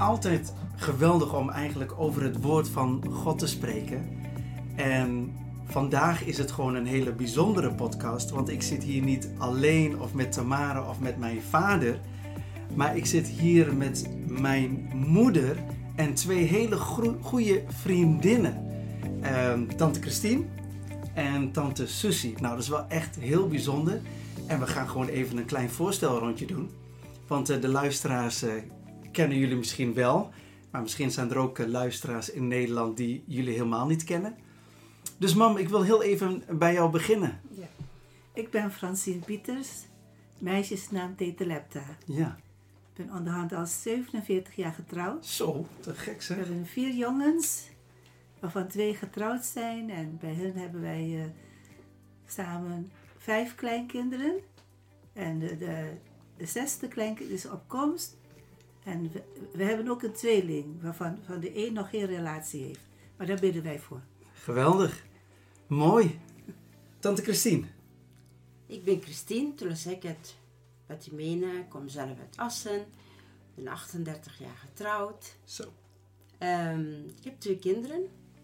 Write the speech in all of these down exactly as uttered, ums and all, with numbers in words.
altijd geweldig om eigenlijk over het woord van God te spreken. En vandaag is het gewoon een hele bijzondere podcast, want ik zit hier niet alleen of met Tamara of met mijn vader, maar ik zit hier met mijn moeder en twee hele gro- goede vriendinnen. Uh, tante Christine en tante Susie. Nou, dat is wel echt heel bijzonder. En we gaan gewoon even een klein voorstelrondje doen. Want uh, de luisteraars uh, kennen jullie misschien wel. Maar misschien zijn er ook uh, luisteraars in Nederland die jullie helemaal niet kennen. Dus mam, ik wil heel even bij jou beginnen. Ja. Ik ben Francine Pieters, meisjesnaam Tetelepta. Ja. Ik ben onderhand al zevenenveertig jaar getrouwd. Zo, te gek zeg. We hebben vier jongens, waarvan twee getrouwd zijn. En bij hen hebben wij uh, samen vijf kleinkinderen. En de, de, de zesde kleinkind is op komst. En we, we hebben ook een tweeling, waarvan van de een nog geen relatie heeft. Maar daar bidden wij voor. Geweldig. Mooi. Tante Christine. Ik ben Christine, Tuleseket Batimena, ik kom zelf uit Assen. Ik ben achtendertig jaar getrouwd. Zo. Um, ik heb twee kinderen.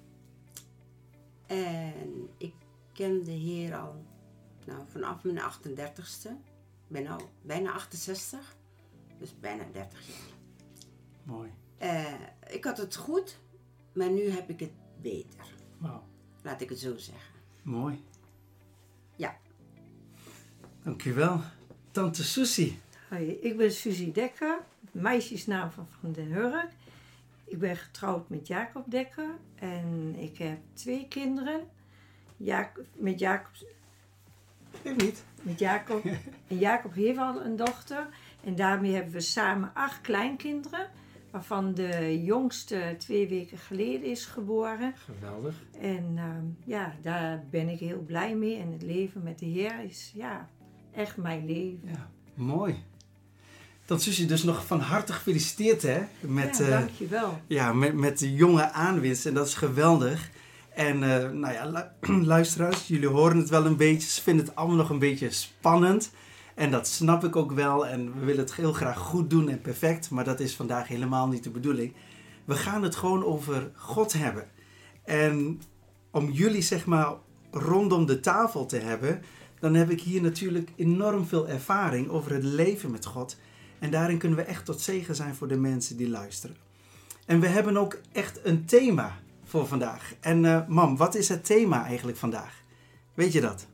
En ik ken de Heer al nou, vanaf mijn achtendertigste. Ik ben al bijna achtenzestig, dus bijna dertig jaar. Mooi. Uh, ik had het goed, maar nu heb ik het beter. Wauw. Laat ik het zo zeggen. Mooi. Ja. Dankjewel. Tante Susie. Hoi, ik ben Susie Dekker, meisjesnaam van Van den Hurk. Ik ben getrouwd met Jacob Dekker en ik heb twee kinderen. Jacob, met Jacob... Ik niet. Met Jacob. En Jacob heeft al een dochter. En daarmee hebben we samen acht kleinkinderen. Waarvan de jongste twee weken geleden is geboren. Geweldig. En uh, ja, daar ben ik heel blij mee. En het leven met de Heer is ja, echt mijn leven. Ja, mooi. Tante Susie, dus nog van harte gefeliciteerd hè. Met, ja, uh, dankjewel. Ja, met, met de jonge aanwinst. En dat is geweldig. En uh, nou ja, lu- luisteraars, jullie horen het wel een beetje. Ze vinden het allemaal nog een beetje spannend. En dat snap ik ook wel. En we willen het heel graag goed doen en perfect. Maar dat is vandaag helemaal niet de bedoeling. We gaan het gewoon over God hebben. En om jullie zeg maar rondom de tafel te hebben, dan heb ik hier natuurlijk enorm veel ervaring over het leven met God. En daarin kunnen we echt tot zegen zijn voor de mensen die luisteren. En we hebben ook echt een thema voor vandaag. En uh, mam, wat is het thema eigenlijk vandaag? Weet je dat?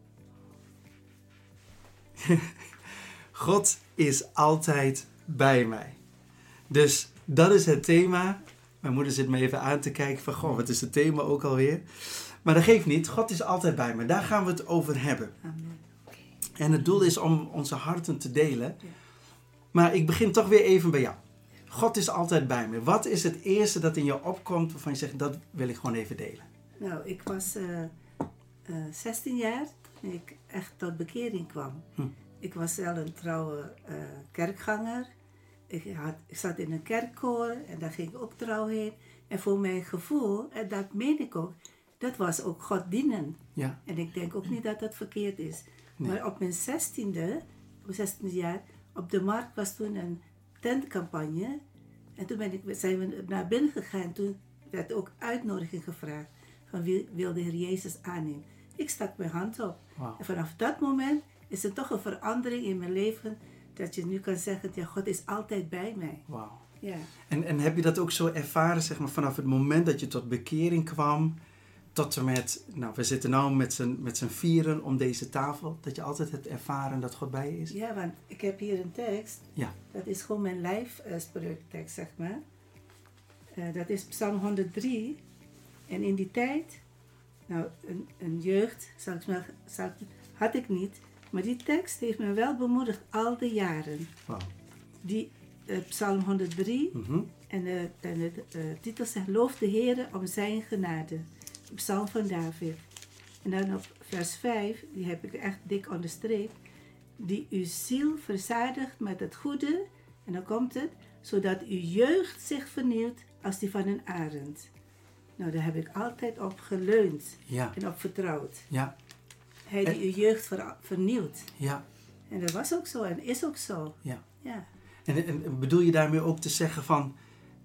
God is altijd bij mij. Dus dat is het thema. Mijn moeder zit me even aan te kijken van, goh, wat is het thema ook alweer? Maar dat geeft niet. God is altijd bij me. Daar gaan we het over hebben. Amen. Okay. En het doel is om onze harten te delen. Ja. Maar ik begin toch weer even bij jou. God is altijd bij me. Wat is het eerste dat in je opkomt waarvan je zegt, dat wil ik gewoon even delen? Nou, ik was uh, uh, zestien jaar toen ik echt tot bekering kwam. Hm. Ik was wel een trouwe uh, kerkganger. Ik, had, ik zat in een kerkkoor en daar ging ik ook trouw heen. En voor mijn gevoel, en dat meen ik ook, dat was ook God dienen. Ja. En ik denk ook niet dat dat verkeerd is. Nee. Maar op mijn zestiende, op mijn zestiende jaar, op de markt was toen een tentcampagne. En toen ben ik, zijn we naar binnen gegaan. Toen werd ook uitnodiging gevraagd van wie wil de Heer Jezus aannemen. Ik stak mijn hand op. Wow. En vanaf dat moment is er toch een verandering in mijn leven, dat je nu kan zeggen, ja, God is altijd bij mij. Wauw. Ja. En, en heb je dat ook zo ervaren, zeg maar, vanaf het moment dat je tot bekering kwam, tot en met, nou, we zitten nu met z'n, met z'n vieren om deze tafel, dat je altijd hebt ervaren dat God bij je is? Ja, want ik heb hier een tekst. Ja. Dat is gewoon mijn lijfspreuktekst, zeg maar. Uh, dat is Psalm honderddrie. En in die tijd, nou, een, een jeugd, zal ik maar, zal, had ik niet. Maar die tekst heeft me wel bemoedigd al die jaren. Wow. Die uh, Psalm honderddrie. Mm-hmm. En de, en de uh, titel zegt, loof de Heere om zijn genade. Psalm van David. En dan op vers vijf, die heb ik echt dik onderstreept. Die uw ziel verzadigt met het goede. En dan komt het, zodat uw jeugd zich vernieuwt als die van een arend. Nou, daar heb ik altijd op geleund. Ja. En op vertrouwd. Ja. Hij die en, uw jeugd ver, vernieuwt. Ja. En dat was ook zo en is ook zo. Ja. Ja. En, en bedoel je daarmee ook te zeggen van,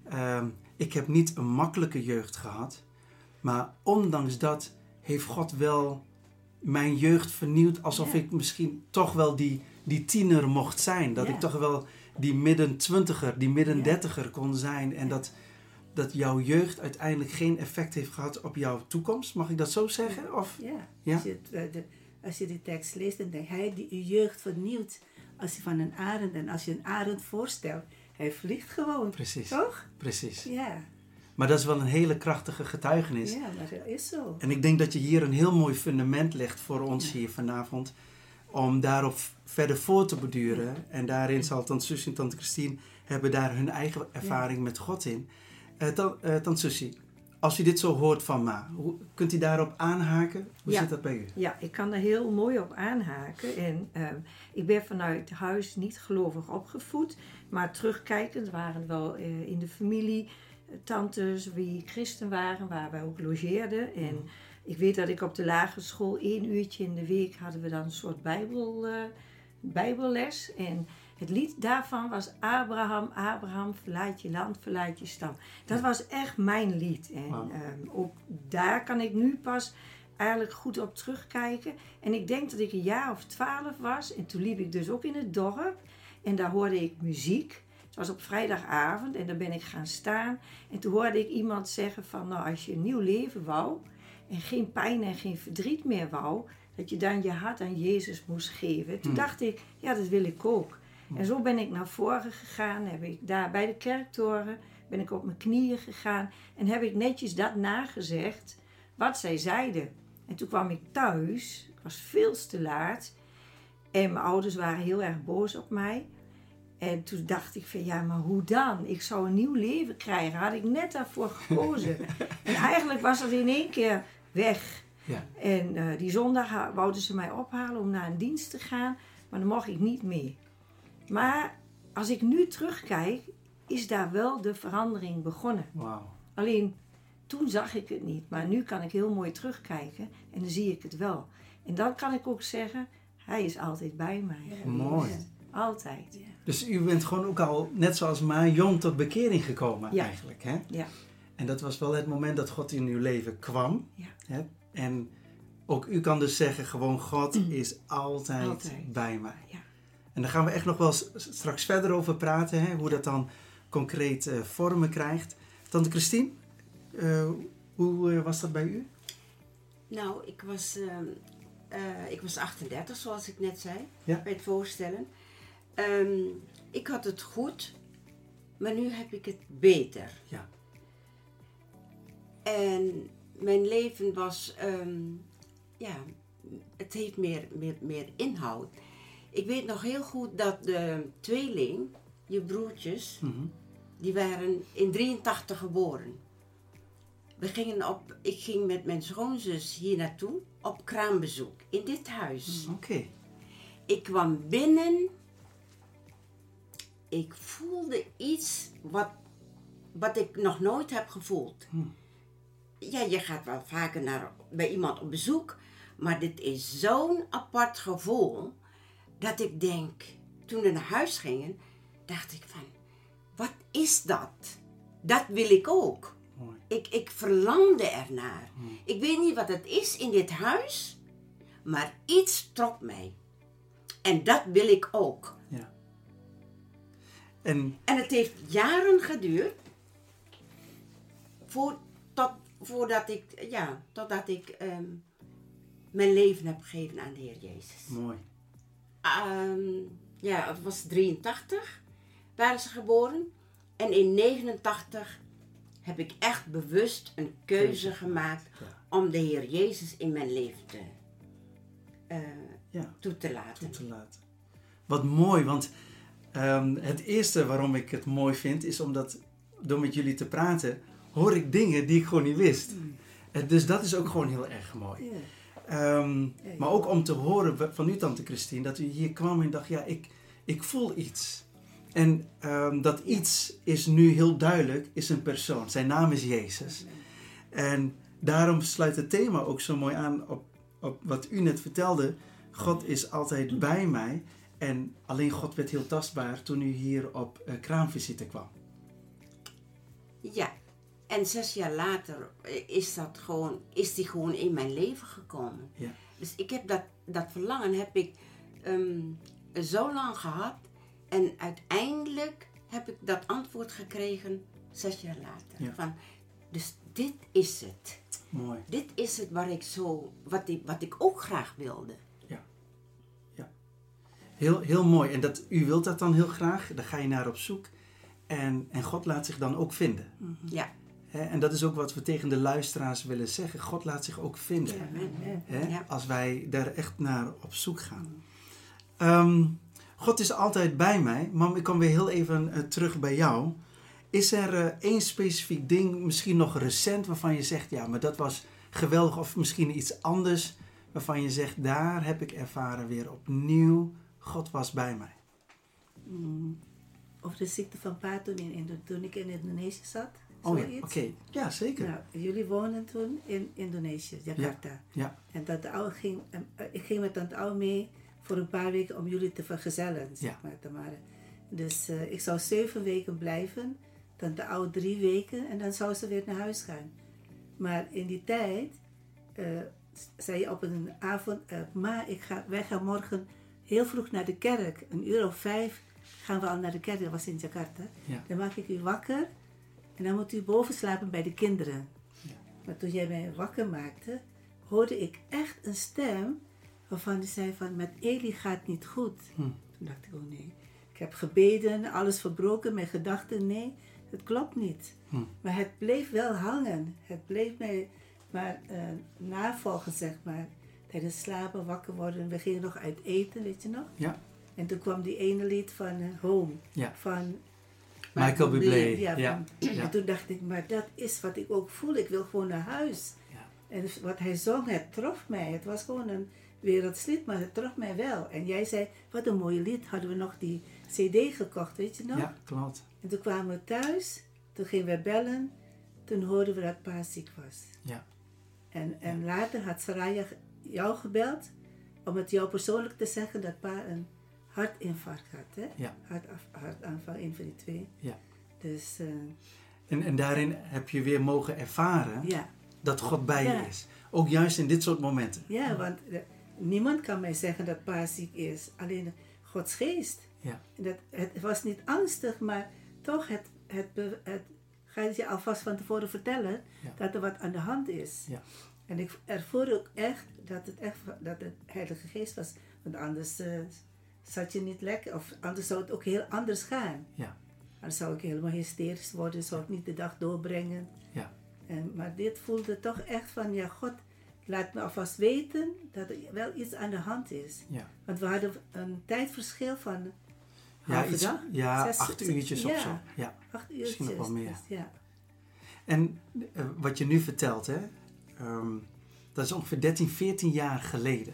Um, ik heb niet een makkelijke jeugd gehad. Maar ondanks dat heeft God wel mijn jeugd vernieuwd. Alsof Ja. ik misschien toch wel die, die tiener mocht zijn. Dat Ja. ik toch wel die midden twintiger, die midden Ja. dertiger kon zijn. En dat, dat jouw jeugd uiteindelijk geen effect heeft gehad op jouw toekomst. Mag ik dat zo zeggen? Of? Ja. Ja? Als, je het, eh, de, als je die tekst leest, dan denkt hij die je jeugd vernieuwt. Als je van een arend, en als je een arend voorstelt, hij vliegt gewoon. Precies. Toch? Precies. Ja. Maar dat is wel een hele krachtige getuigenis. Ja, maar dat is zo. En ik denk dat je hier een heel mooi fundament legt voor ons hier vanavond. Om daarop verder voor te borduren. En daarin zal Tante Susie en Tante Christine hebben daar hun eigen ervaring ja. met God in. Uh, ta- uh, Tante Susie, als u dit zo hoort van Ma, hoe, kunt u daarop aanhaken? Hoe ja. zit dat bij u? Ja, ik kan er heel mooi op aanhaken. En uh, ik ben vanuit huis niet gelovig opgevoed. Maar terugkijkend waren wel uh, in de familie uh, tantes wie christen waren, waar wij ook logeerden. En mm. ik weet dat ik op de lagere school één uurtje in de week hadden we dan een soort bijbel, uh, bijbelles. En het lied daarvan was Abraham, Abraham, verlaat je land, verlaat je stam. Dat was echt mijn lied. En wow. um, ook daar kan ik nu pas eigenlijk goed op terugkijken. En ik denk dat ik een jaar of twaalf was. En toen liep ik dus ook in het dorp. En daar hoorde ik muziek. Het was op vrijdagavond en daar ben ik gaan staan. En toen hoorde ik iemand zeggen van, nou, als je een nieuw leven wou en geen pijn en geen verdriet meer wou, dat je dan je hart aan Jezus moest geven. En toen hmm. dacht ik, ja, dat wil ik ook. Hmm. En zo ben ik naar voren gegaan, heb ik daar bij de kerktoren, ben ik op mijn knieën gegaan en heb ik netjes dat nagezegd wat zij zeiden. En toen kwam ik thuis, ik was veel te laat en mijn ouders waren heel erg boos op mij. En toen dacht ik van, ja, maar hoe dan? Ik zou een nieuw leven krijgen. Had ik net daarvoor gekozen. En eigenlijk was dat in één keer weg. Ja. En uh, die zondag wouden ze mij ophalen om naar een dienst te gaan. Maar dan mocht ik niet mee. Maar als ik nu terugkijk, is daar wel de verandering begonnen. Wow. Alleen, toen zag ik het niet. Maar nu kan ik heel mooi terugkijken. En dan zie ik het wel. En dan kan ik ook zeggen, hij is altijd bij mij. Ja, mooi. Altijd. Ja. Dus u bent gewoon ook al, net zoals Ma, jong tot bekering gekomen ja. eigenlijk. Hè? Ja. En dat was wel het moment dat God in uw leven kwam. Ja. Hè? En ook u kan dus zeggen, gewoon God mm. is altijd, altijd bij mij. Ja. En daar gaan we echt nog wel straks verder over praten. Hè? Hoe dat dan concreet uh, vormen krijgt. Tante Christine, uh, hoe uh, was dat bij u? Nou, ik was, uh, uh, ik was achtendertig, zoals ik net zei, ja? bij het voorstellen. Um, ik had het goed, maar nu heb ik het beter. Ja. En mijn leven was, um, ja, het heeft meer, meer, meer inhoud. Ik weet nog heel goed dat de tweeling, je broertjes, mm-hmm. die waren in drieëntachtig geboren. We gingen op, ik ging met mijn schoonzus hier naartoe op kraambezoek in dit huis. Mm, Oké. Okay. Ik kwam binnen. Ik voelde iets wat, wat ik nog nooit heb gevoeld. Hmm. Ja, je gaat wel vaker naar, bij iemand op bezoek. Maar dit is zo'n apart gevoel. Dat ik denk, toen we naar huis gingen, dacht ik van, wat is dat? Dat wil ik ook. Mooi. Ik, ik verlangde ernaar. Hmm. Ik weet niet wat het is in dit huis. Maar iets trok mij. En dat wil ik ook. Ja. En, en het heeft jaren geduurd voor, tot, voordat ik, ja, totdat ik um, mijn leven heb gegeven aan de Heer Jezus. Mooi. Um, ja, het was drieëntachtig, waren ze geboren. En in negenentachtig heb ik echt bewust een keuze, keuze. gemaakt ja. om de Heer Jezus in mijn leven te, uh, ja. toe te laten. Toe te laten. Wat mooi, want um, het eerste waarom ik het mooi vind, is omdat door met jullie te praten, hoor ik dingen die ik gewoon niet wist. Mm. Uh, dus dat is ook gewoon heel erg mooi. Yeah. Um, yeah. Maar ook om te horen van u, Tante Christine, dat u hier kwam en dacht, ja, ik, ik voel iets. En um, dat iets is nu heel duidelijk, is een persoon. Zijn naam is Jezus. En daarom sluit het thema ook zo mooi aan op, op wat u net vertelde. God is altijd bij mij. En alleen God werd heel tastbaar toen u hier op uh, kraamvisite kwam. Ja, en zes jaar later is, dat gewoon, is die gewoon in mijn leven gekomen. Ja. Dus ik heb dat, dat verlangen heb ik um, zo lang gehad. En uiteindelijk heb ik dat antwoord gekregen zes jaar later. Ja. Van, dus dit is het. Mooi. Dit is het waar ik zo, wat, ik, wat ik ook graag wilde. Ja. Ja. Heel, heel mooi. En dat, u wilt dat dan heel graag. Daar ga je naar op zoek. En, en God laat zich dan ook vinden. Mm-hmm. Ja. He, en dat is ook wat we tegen de luisteraars willen zeggen. God laat zich ook vinden. Ja, ja, He, ja. Als wij daar echt naar op zoek gaan. Um, God is altijd bij mij. Mam, ik kom weer heel even uh, terug bij jou. Is er uh, één specifiek ding, misschien nog recent, waarvan je zegt... ja, maar dat was geweldig. Of misschien iets anders waarvan je zegt... daar heb ik ervaren weer opnieuw. God was bij mij. Mm, over de ziekte van pa toen, in, in, toen ik in Indonesië zat. Oh ja, zoiets. oké. Okay. Ja, zeker. Nou, jullie woonden toen in Indonesië, Jakarta. Ja, ja. En tante Ouwe ging, uh, ik ging met tante Ouwe mee voor een paar weken om jullie te vergezellen, zeg ja. maar, Tamara. Dus uh, ik zou zeven weken blijven, tante Ouwe drie weken en dan zou ze weer naar huis gaan. Maar in die tijd uh, zei je op een avond, uh, ma, ik ga, wij gaan morgen heel vroeg naar de kerk. Een uur of vijf gaan we al naar de kerk, dat was in Jakarta. Ja. Dan maak ik u wakker en dan moet u boven slapen bij de kinderen. Ja. Maar toen jij mij wakker maakte, hoorde ik echt een stem waarvan die zei van, met Eli gaat niet goed. Hm. Toen dacht ik, oh nee. Ik heb gebeden, alles verbroken, mijn gedachten, nee, het klopt niet. Hm. Maar het bleef wel hangen. Het bleef mij maar uh, navolgen, zeg maar. Tijdens slapen, wakker worden. We gingen nog uit eten, weet je nog? Ja. En toen kwam die ene lied van uh, Home. Ja. Van Michael Bublé. Ja, ja. Van, ja. En toen dacht ik, maar dat is wat ik ook voel. Ik wil gewoon naar huis. Ja. En wat hij zong, het trof mij. Het was gewoon een wereldslied, maar het trof mij wel. En jij zei, wat een mooi lied. Hadden we nog die cd gekocht, weet je nog? Ja, klopt. En toen kwamen we thuis. Toen gingen we bellen. Toen hoorden we dat pa ziek was. Ja. En, en later had Saraya jou gebeld om het jou persoonlijk te zeggen dat pa een hartinfarct had. Hè? Ja. Hartaf, hartaanval, een van die twee. Ja. Dus, uh, en, en daarin heb je weer mogen ervaren ja. dat God bij ja. je is. Ook juist in dit soort momenten. Ja, want uh, niemand kan mij zeggen dat pa ziek is. Alleen Gods geest. Ja. Dat, het was niet angstig, maar toch het, het, het, het ga je alvast van tevoren vertellen ja. dat er wat aan de hand is. Ja. En ik ervoor ook echt dat het echt dat het Heilige Geest was. Want anders uh, zat je niet lekker. Of anders zou het ook heel anders gaan. Ja. Dan zou ik helemaal hysterisch worden. Zou ik niet de dag doorbrengen. Ja. En, maar dit voelde toch echt van, ja, God, laat me alvast weten dat er wel iets aan de hand is. Ja. Want we hadden een tijdverschil van ja, iets, dag. Ja, Zes, acht uurtjes ja, of zo. Ja, acht uurtjes. Misschien nog wel meer. Ja. En uh, wat je nu vertelt, hè, um, dat is ongeveer dertien, veertien jaar geleden.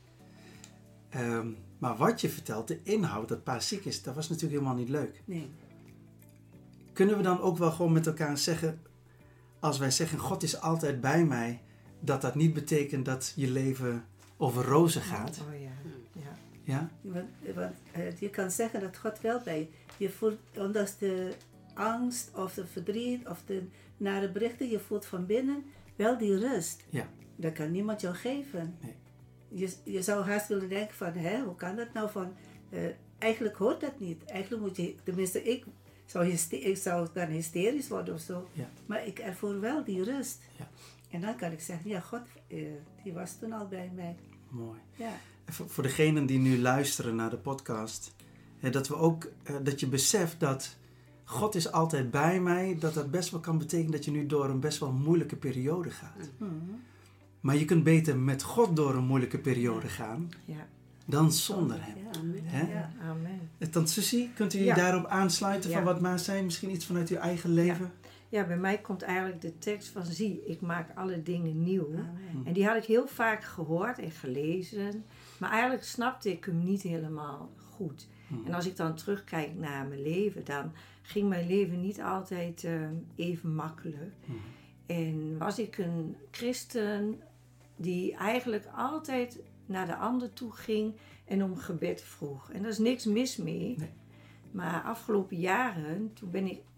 Um, maar wat je vertelt, de inhoud, dat pa ziek is, dat was natuurlijk helemaal niet leuk. Nee. Kunnen we dan ook wel gewoon met elkaar zeggen, als wij zeggen, God is altijd bij mij, dat dat niet betekent dat je leven over rozen gaat? Oh ja. Ja. Ja? Want, want uh, je kan zeggen dat God wel bij je, je voelt, ondanks de angst of de verdriet of de nare berichten, je voelt van binnen wel die rust. Ja. Dat kan niemand jou geven. Nee. Je, je zou haast willen denken van, hè, hoe kan dat nou van, uh, eigenlijk hoort dat niet. Eigenlijk moet je, tenminste ik zou, hyster, ik zou dan hysterisch worden of zo. Ja. Maar ik ervoer wel die rust. Ja. En dan kan ik zeggen, ja, God, uh, die was toen al bij mij. Mooi. Ja. Voor, voor degenen die nu luisteren naar de podcast, hè, dat we ook, uh, dat je beseft dat God is altijd bij mij, dat dat best wel kan betekenen dat je nu door een best wel moeilijke periode gaat. Mm-hmm. Maar je kunt beter met God door een moeilijke periode gaan, Ja. dan zonder hem. Ja, amen. Hè? Ja. Amen. Tante Susie, kunt u Ja. daarop aansluiten Ja. van wat Maas zei? Misschien iets vanuit uw eigen leven? Ja, bij mij komt eigenlijk de tekst van zie, ik maak alle dingen nieuw. Amen. En die had ik heel vaak gehoord en gelezen. Maar eigenlijk snapte ik hem niet helemaal goed. Hmm. En als ik dan terugkijk naar mijn leven, dan ging mijn leven niet altijd uh, even makkelijk. Hmm. En was ik een christen die eigenlijk altijd naar de ander toe ging en om gebed vroeg. En daar is niks mis mee. Nee. Maar afgelopen jaren, toen ben ik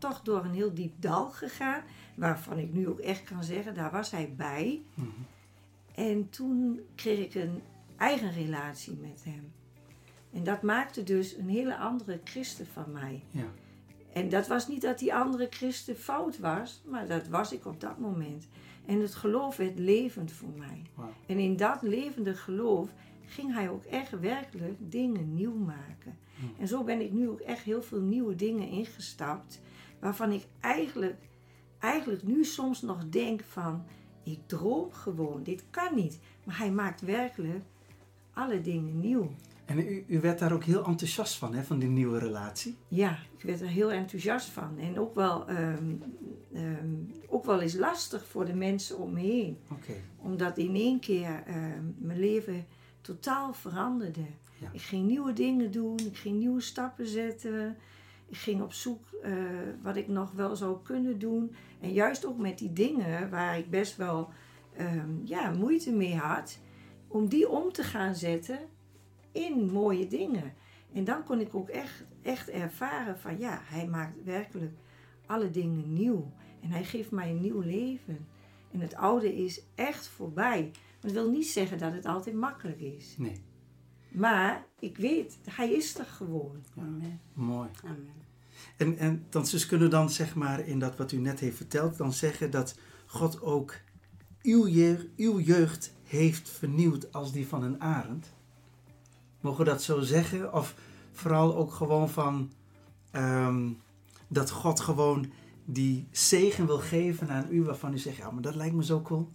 toch door een heel diep dal gegaan. Waarvan ik nu ook echt kan zeggen, daar was hij bij. Mm-hmm. En toen kreeg ik een eigen relatie met hem. En dat maakte dus een hele andere christen van mij. Ja. En dat was niet dat die andere christen fout was, maar dat was ik op dat moment. En het geloof werd levend voor mij. Wow. En in dat levende geloof ging hij ook echt werkelijk dingen nieuw maken. Hmm. En zo ben ik nu ook echt heel veel nieuwe dingen ingestapt, waarvan ik eigenlijk, eigenlijk nu soms nog denk van, ik droom gewoon, dit kan niet. Maar hij maakt werkelijk alle dingen nieuw. En u, u werd daar ook heel enthousiast van, hè, van die nieuwe relatie? Ja, ik werd er heel enthousiast van. En ook wel, um, um, ook wel eens lastig voor de mensen om me heen. Oké. Omdat in één keer um, mijn leven totaal veranderde. Ja. Ik ging nieuwe dingen doen, ik ging nieuwe stappen zetten. Ik ging op zoek uh, wat ik nog wel zou kunnen doen. En juist ook met die dingen waar ik best wel um, ja, moeite mee had, om die om te gaan zetten in mooie dingen. En dan kon ik ook echt, echt ervaren van ja, hij maakt werkelijk alle dingen nieuw. En hij geeft mij een nieuw leven. En het oude is echt voorbij. Dat wil niet zeggen dat het altijd makkelijk is. Nee. Maar ik weet, hij is er gewoon. Ja. Amen. Mooi. Amen. En, en dan dus kunnen we dan zeg maar in dat wat u net heeft verteld, dan zeggen dat God ook uw jeugd, uw jeugd heeft vernieuwd als die van een arend. Mogen we dat zo zeggen? Of vooral ook gewoon van um, dat God gewoon die zegen wil geven aan u waarvan u zegt, ja, maar dat lijkt me zo cool.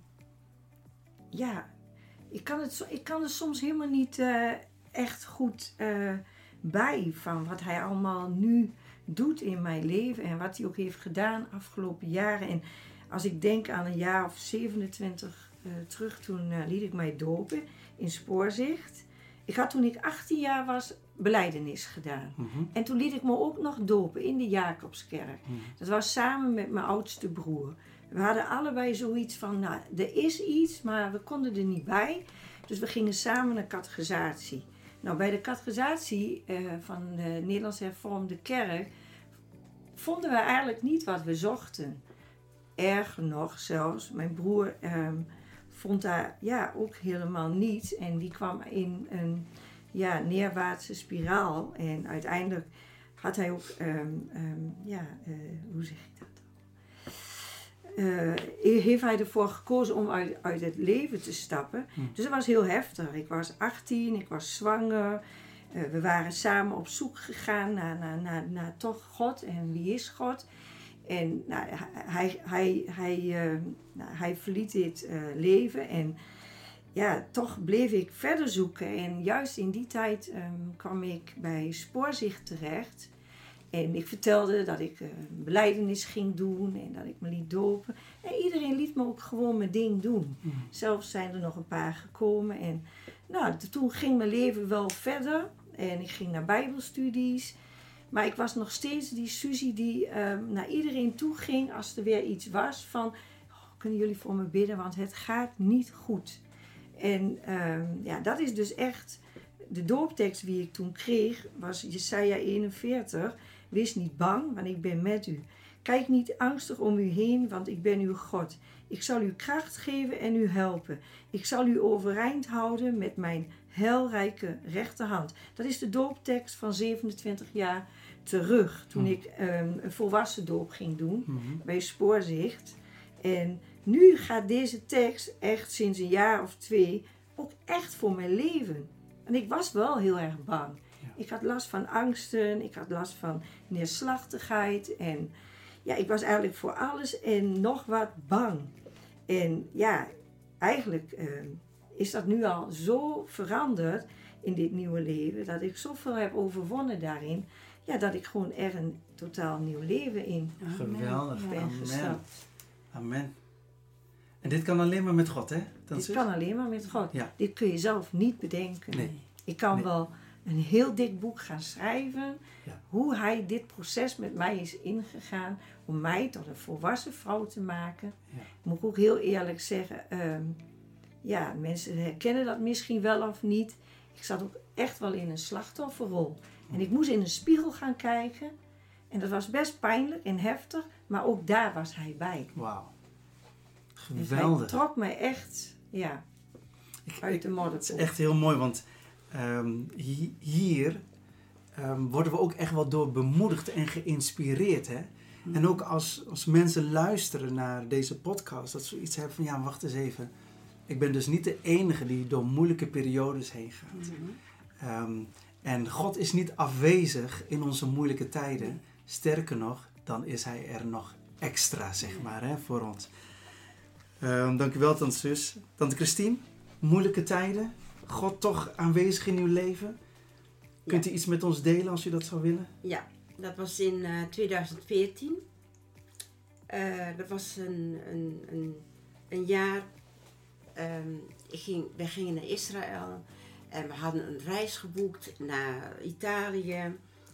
Ja, ik kan, het, ik kan er soms helemaal niet uh, echt goed uh, bij van wat hij allemaal nu doet in mijn leven en wat hij ook heeft gedaan de afgelopen jaren. En als ik denk aan een jaar of zevenentwintig uh, terug, toen uh, liet ik mij dopen in Spoorzicht. Ik had toen ik achttien jaar was belijdenis gedaan. Mm-hmm. En toen liet ik me ook nog dopen in de Jacobskerk. Mm-hmm. Dat was samen met mijn oudste broer. We hadden allebei zoiets van, nou, er is iets, maar we konden er niet bij. Dus we gingen samen naar catechisatie. Nou, bij de catechisatie uh, van de Nederlands Hervormde Kerk vonden we eigenlijk niet wat we zochten. Erger nog zelfs, mijn broer um, vond daar ja, ook helemaal niets. En die kwam in een ja, neerwaartse spiraal. En uiteindelijk had hij ook, um, um, ja, uh, hoe zeg ik dat? Uh, heeft hij ervoor gekozen om uit, uit het leven te stappen. Hmm. Dus dat was heel heftig. Ik was achttien, ik was zwanger. Uh, we waren samen op zoek gegaan naar, naar, naar, naar toch God en wie is God. En nou, hij, hij, hij, uh, nou, hij verliet dit uh, leven en ja, toch bleef ik verder zoeken. En juist in die tijd um, kwam ik bij Spoorzicht terecht. En ik vertelde dat ik uh, belijdenis ging doen en dat ik me liet dopen. En iedereen liet me ook gewoon mijn ding doen. Mm. Zelfs zijn er nog een paar gekomen. En nou, toen ging mijn leven wel verder. En ik ging naar bijbelstudies. Maar ik was nog steeds die Suzie die uh, naar iedereen toe ging als er weer iets was. Van, oh, kunnen jullie voor me bidden, want het gaat niet goed. En uh, ja, dat is dus echt de dooptekst die ik toen kreeg, was Jesaja eenenveertig. Wees niet bang, want ik ben met u. Kijk niet angstig om u heen, want ik ben uw God. Ik zal u kracht geven en u helpen. Ik zal u overeind houden met mijn heilrijke rechterhand. Dat is de dooptekst van zevenentwintig jaar terug. Toen mm. ik um, een volwassen doop ging doen mm-hmm. bij Spoorzicht. En nu gaat deze tekst echt sinds een jaar of twee ook echt voor mijn leven. En ik was wel heel erg bang. Ja. Ik had last van angsten, ik had last van neerslachtigheid. En ja, ik was eigenlijk voor alles en nog wat bang. En ja, eigenlijk uh, is dat nu al zo veranderd in dit nieuwe leven. Dat ik zoveel heb overwonnen daarin. Ja, dat ik gewoon er een totaal nieuw leven in Geweldig. ben Amen. gestapt. Amen. En dit kan alleen maar met God, hè? Dat dit is... kan alleen maar met God. Ja. Dit kun je zelf niet bedenken. Nee. Ik kan nee. wel een heel dik boek gaan schrijven. Ja. Hoe Hoe hij dit proces met mij is ingegaan. Om mij tot een volwassen vrouw te maken. Ja. Moet ik ook heel eerlijk zeggen. Um, ja, mensen herkennen dat misschien wel of niet. Ik zat ook echt wel in een slachtofferrol. En ik moest in een spiegel gaan kijken. En dat was best pijnlijk en heftig, maar ook daar was hij bij. Wauw. Geweldig. Dus hij trok mij echt, ja, ik, uit de modderpoel. Het is echt heel mooi, want um, hi, hier um, worden we ook echt wel door bemoedigd en geïnspireerd. Hè? Mm. En ook als, als mensen luisteren naar deze podcast, dat ze zoiets hebben van, ja, wacht eens even. Ik ben dus niet de enige die door moeilijke periodes heen gaat. Mm-hmm. Um, en God is niet afwezig in onze moeilijke tijden. Mm. Sterker nog, dan is hij er nog extra, zeg maar, hè, voor ons. Um, dankjewel, tante Sus. Tante Christine, moeilijke tijden. God toch aanwezig in uw leven. Kunt ja. u iets met ons delen als u dat zou willen? Ja, dat was in uh, twintig veertien. Uh, dat was een, een, een, een jaar. Um, ik ging, wij gingen naar Israël. En we hadden een reis geboekt naar Italië.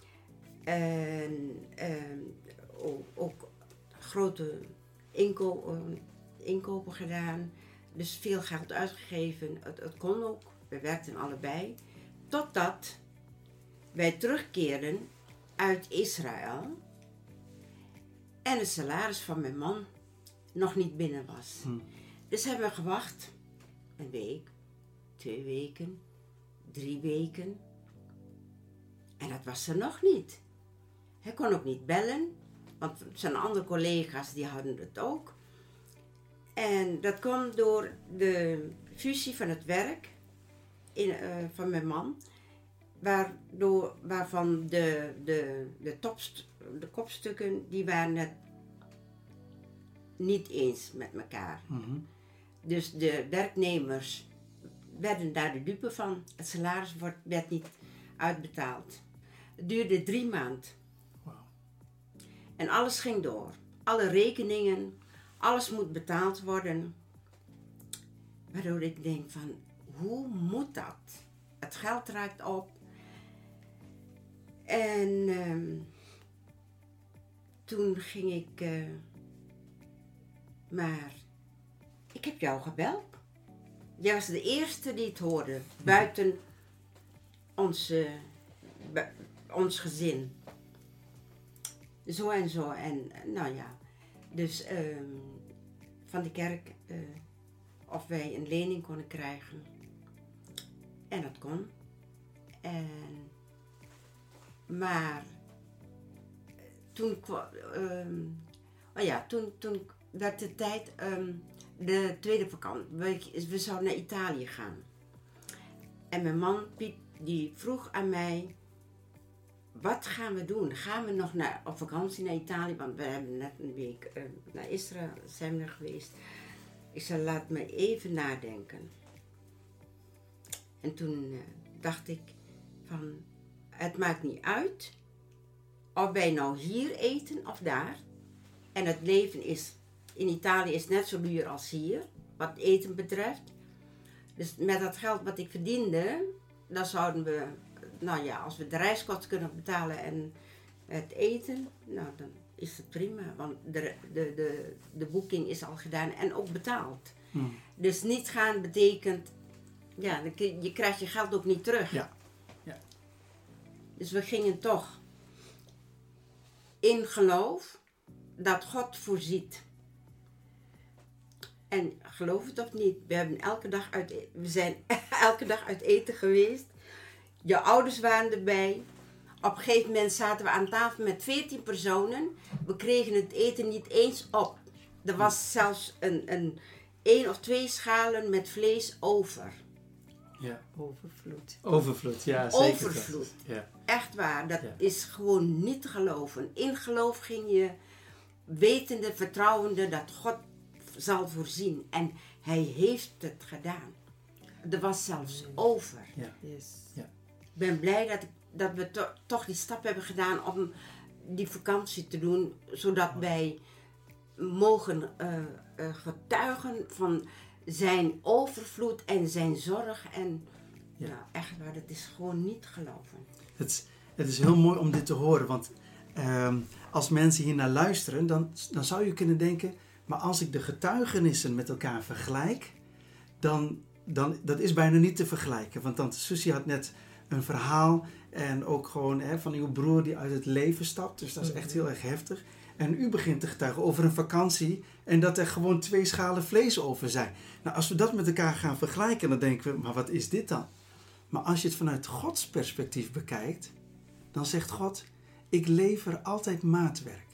En um, ook, ook grote inko- inkopen gedaan. Dus veel geld uitgegeven. Het, het kon ook. We werkten allebei. Totdat wij terugkeerden uit Israël. En het salaris van mijn man nog niet binnen was. Hm. Dus hebben we gewacht. Een week. Twee weken. Drie weken. En dat was er nog niet. Hij kon ook niet bellen. Want zijn andere collega's die hadden het ook. En dat kwam door de fusie van het werk in, uh, van mijn man. Waardoor, waarvan de, de, de, topst, de kopstukken die waren het niet eens met elkaar. Mm-hmm. Dus de werknemers werden daar de dupe van. Het salaris wordt, werd niet uitbetaald. Het duurde drie maanden. Wow. En alles ging door. Alle rekeningen, alles moet betaald worden. Waardoor ik denk van, hoe moet dat? Het geld raakt op. En uh, toen ging ik, uh, maar ik heb jou gebeld. Jij was de eerste die het hoorde, buiten ons, uh, bu- ons gezin. Zo en zo. En nou ja, dus uh, van de kerk uh, of wij een lening konden krijgen. En dat kon. En, maar toen kwam, um, oh ja, toen, toen werd de tijd, um, de tweede vakantie, we, we zouden naar Italië gaan. En mijn man Piet, die vroeg aan mij, wat gaan we doen? Gaan we nog naar, op vakantie naar Italië? Want we hebben net een week uh, naar Israël zijn we geweest. Ik zei, laat me even nadenken. En toen uh, dacht ik van, het maakt niet uit of wij nou hier eten of daar. En het leven is, in Italië is net zo duur als hier, wat eten betreft. Dus met dat geld wat ik verdiende, dan zouden we, nou ja, als we de reiskosten kunnen betalen en het eten, nou dan is het prima. Want de, de, de, de boeking is al gedaan en ook betaald. Hmm. Dus niet gaan betekent, ja, je krijgt je geld ook niet terug. Ja. Ja. Dus we gingen toch in geloof dat God voorziet. En geloof het of niet, we, hebben elke dag uit, we zijn elke dag uit eten geweest. Je ouders waren erbij. Op een gegeven moment zaten we aan tafel met veertien personen. We kregen het eten niet eens op. Er was zelfs een, een één of twee schalen met vlees over. Ja. Overvloed. Overvloed, ja, zeker. Overvloed. Ja. Echt waar, dat ja. is gewoon niet te geloven. In geloof ging je wetende, vertrouwende dat God zal voorzien. En hij heeft het gedaan. Er was zelfs yes. over. Ja. Yes. Ja. Ik ben blij dat, ik, dat we to, toch die stap hebben gedaan om die vakantie te doen. Zodat oh. wij mogen uh, uh, getuigen van zijn overvloed en zijn zorg. En ja, nou, echt waar, dat is gewoon niet te geloven. Het is, het is heel mooi om dit te horen. Want um, als mensen hier naar luisteren, dan, dan zou je kunnen denken, maar als ik de getuigenissen met elkaar vergelijk, dan, dan dat is bijna niet te vergelijken. Want tante Susie had net een verhaal. En ook gewoon hè, van uw broer die uit het leven stapt. Dus dat is echt heel erg heftig. En u begint te getuigen over een vakantie. En dat er gewoon twee schalen vlees over zijn. Nou, als we dat met elkaar gaan vergelijken, dan denken we, maar wat is dit dan? Maar als je het vanuit Gods perspectief bekijkt, dan zegt God, ik lever altijd maatwerk.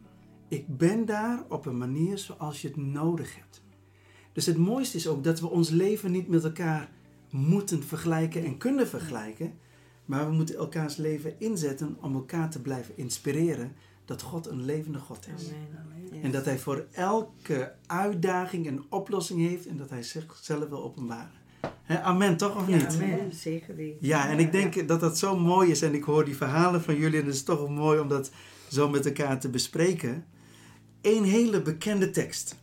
Ik ben daar op een manier zoals je het nodig hebt. Dus het mooiste is ook dat we ons leven niet met elkaar moeten vergelijken en kunnen vergelijken. Maar we moeten elkaars leven inzetten om elkaar te blijven inspireren dat God een levende God is. Amen. Yes. En dat hij voor elke uitdaging een oplossing heeft en dat hij zichzelf wil openbaren. He, amen, toch of Ja, niet? amen. Zeker weten. Ja, en ik denk dat dat zo mooi is en ik hoor die verhalen van jullie en het is toch wel mooi om dat zo met elkaar te bespreken. Een hele bekende tekst.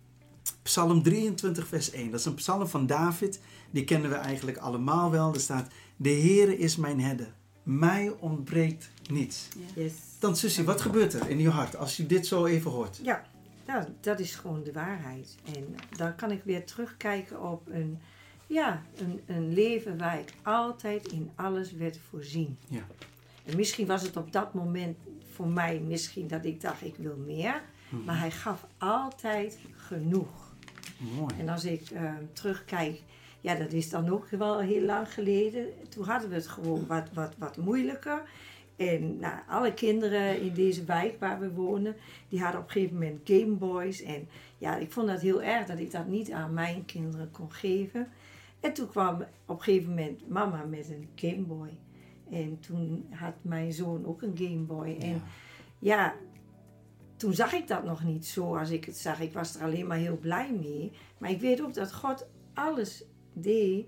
Psalm drieëntwintig vers één. Dat is een psalm van David. Die kennen we eigenlijk allemaal wel. Er staat, de Heere is mijn herder. Mij ontbreekt niets. Yes. Dan Susie, wat gebeurt er in je hart als je dit zo even hoort? Ja, nou, dat is gewoon de waarheid. En dan kan ik weer terugkijken op een, ja, een, een leven waar ik altijd in alles werd voorzien. Ja. En misschien was het op dat moment voor mij misschien dat ik dacht, ik wil meer. Mhm. Maar hij gaf altijd genoeg. Mooi. En als ik uh, terugkijk, ja, dat is dan ook wel heel lang geleden. Toen hadden we het gewoon wat, wat, wat moeilijker. En nou, alle kinderen in deze wijk waar we wonen, die hadden op een gegeven moment Gameboys. En ja, ik vond dat heel erg dat ik dat niet aan mijn kinderen kon geven. En toen kwam op een gegeven moment mama met een Gameboy. En toen had mijn zoon ook een Gameboy. En Ja. ja, toen zag ik dat nog niet zo als ik het zag. Ik was er alleen maar heel blij mee. Maar ik weet ook dat God alles deed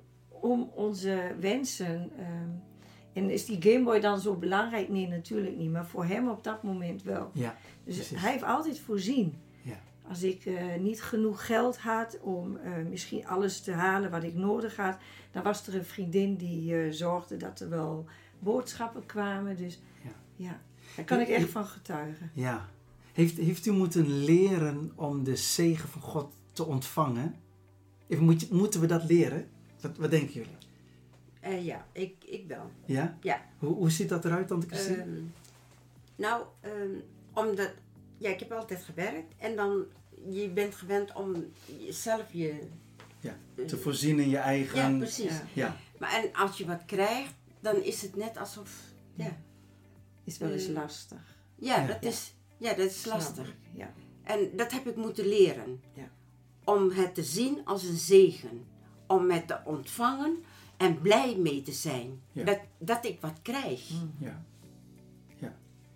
om onze wensen. Um, en is die Gameboy dan zo belangrijk? Nee, natuurlijk niet. Maar voor hem op dat moment wel. Ja, dus precies. hij heeft altijd voorzien. Ja. Als ik uh, niet genoeg geld had om uh, misschien alles te halen wat ik nodig had, dan was er een vriendin die uh, zorgde dat er wel boodschappen kwamen. Dus Ja. ja, daar kan ik echt van getuigen. Ja. Heeft, heeft u moeten leren om de zegen van God te ontvangen? Even, moet je, moeten we dat leren? Wat, wat denken jullie? Uh, ja, ik, ik wel. Ja? Ja. Hoe, hoe ziet dat eruit, tante Christine? Um, nou, um, omdat... Ja, ik heb altijd gewerkt. En dan... Je bent gewend om zelf je... Ja, te voorzien in je eigen... Ja, precies. Ja. Ja. Maar en als je wat krijgt, dan is het net alsof... Ja, Is wel eens Uh, lastig. ja, Ja. dat, Is, ja dat is lastig. Snap ik, ja. En dat heb ik moeten leren. Ja. Om het te zien als een zegen. Om het te ontvangen en blij mee te zijn. Ja. Dat, dat ik wat krijg. Mm. Ja. Ja.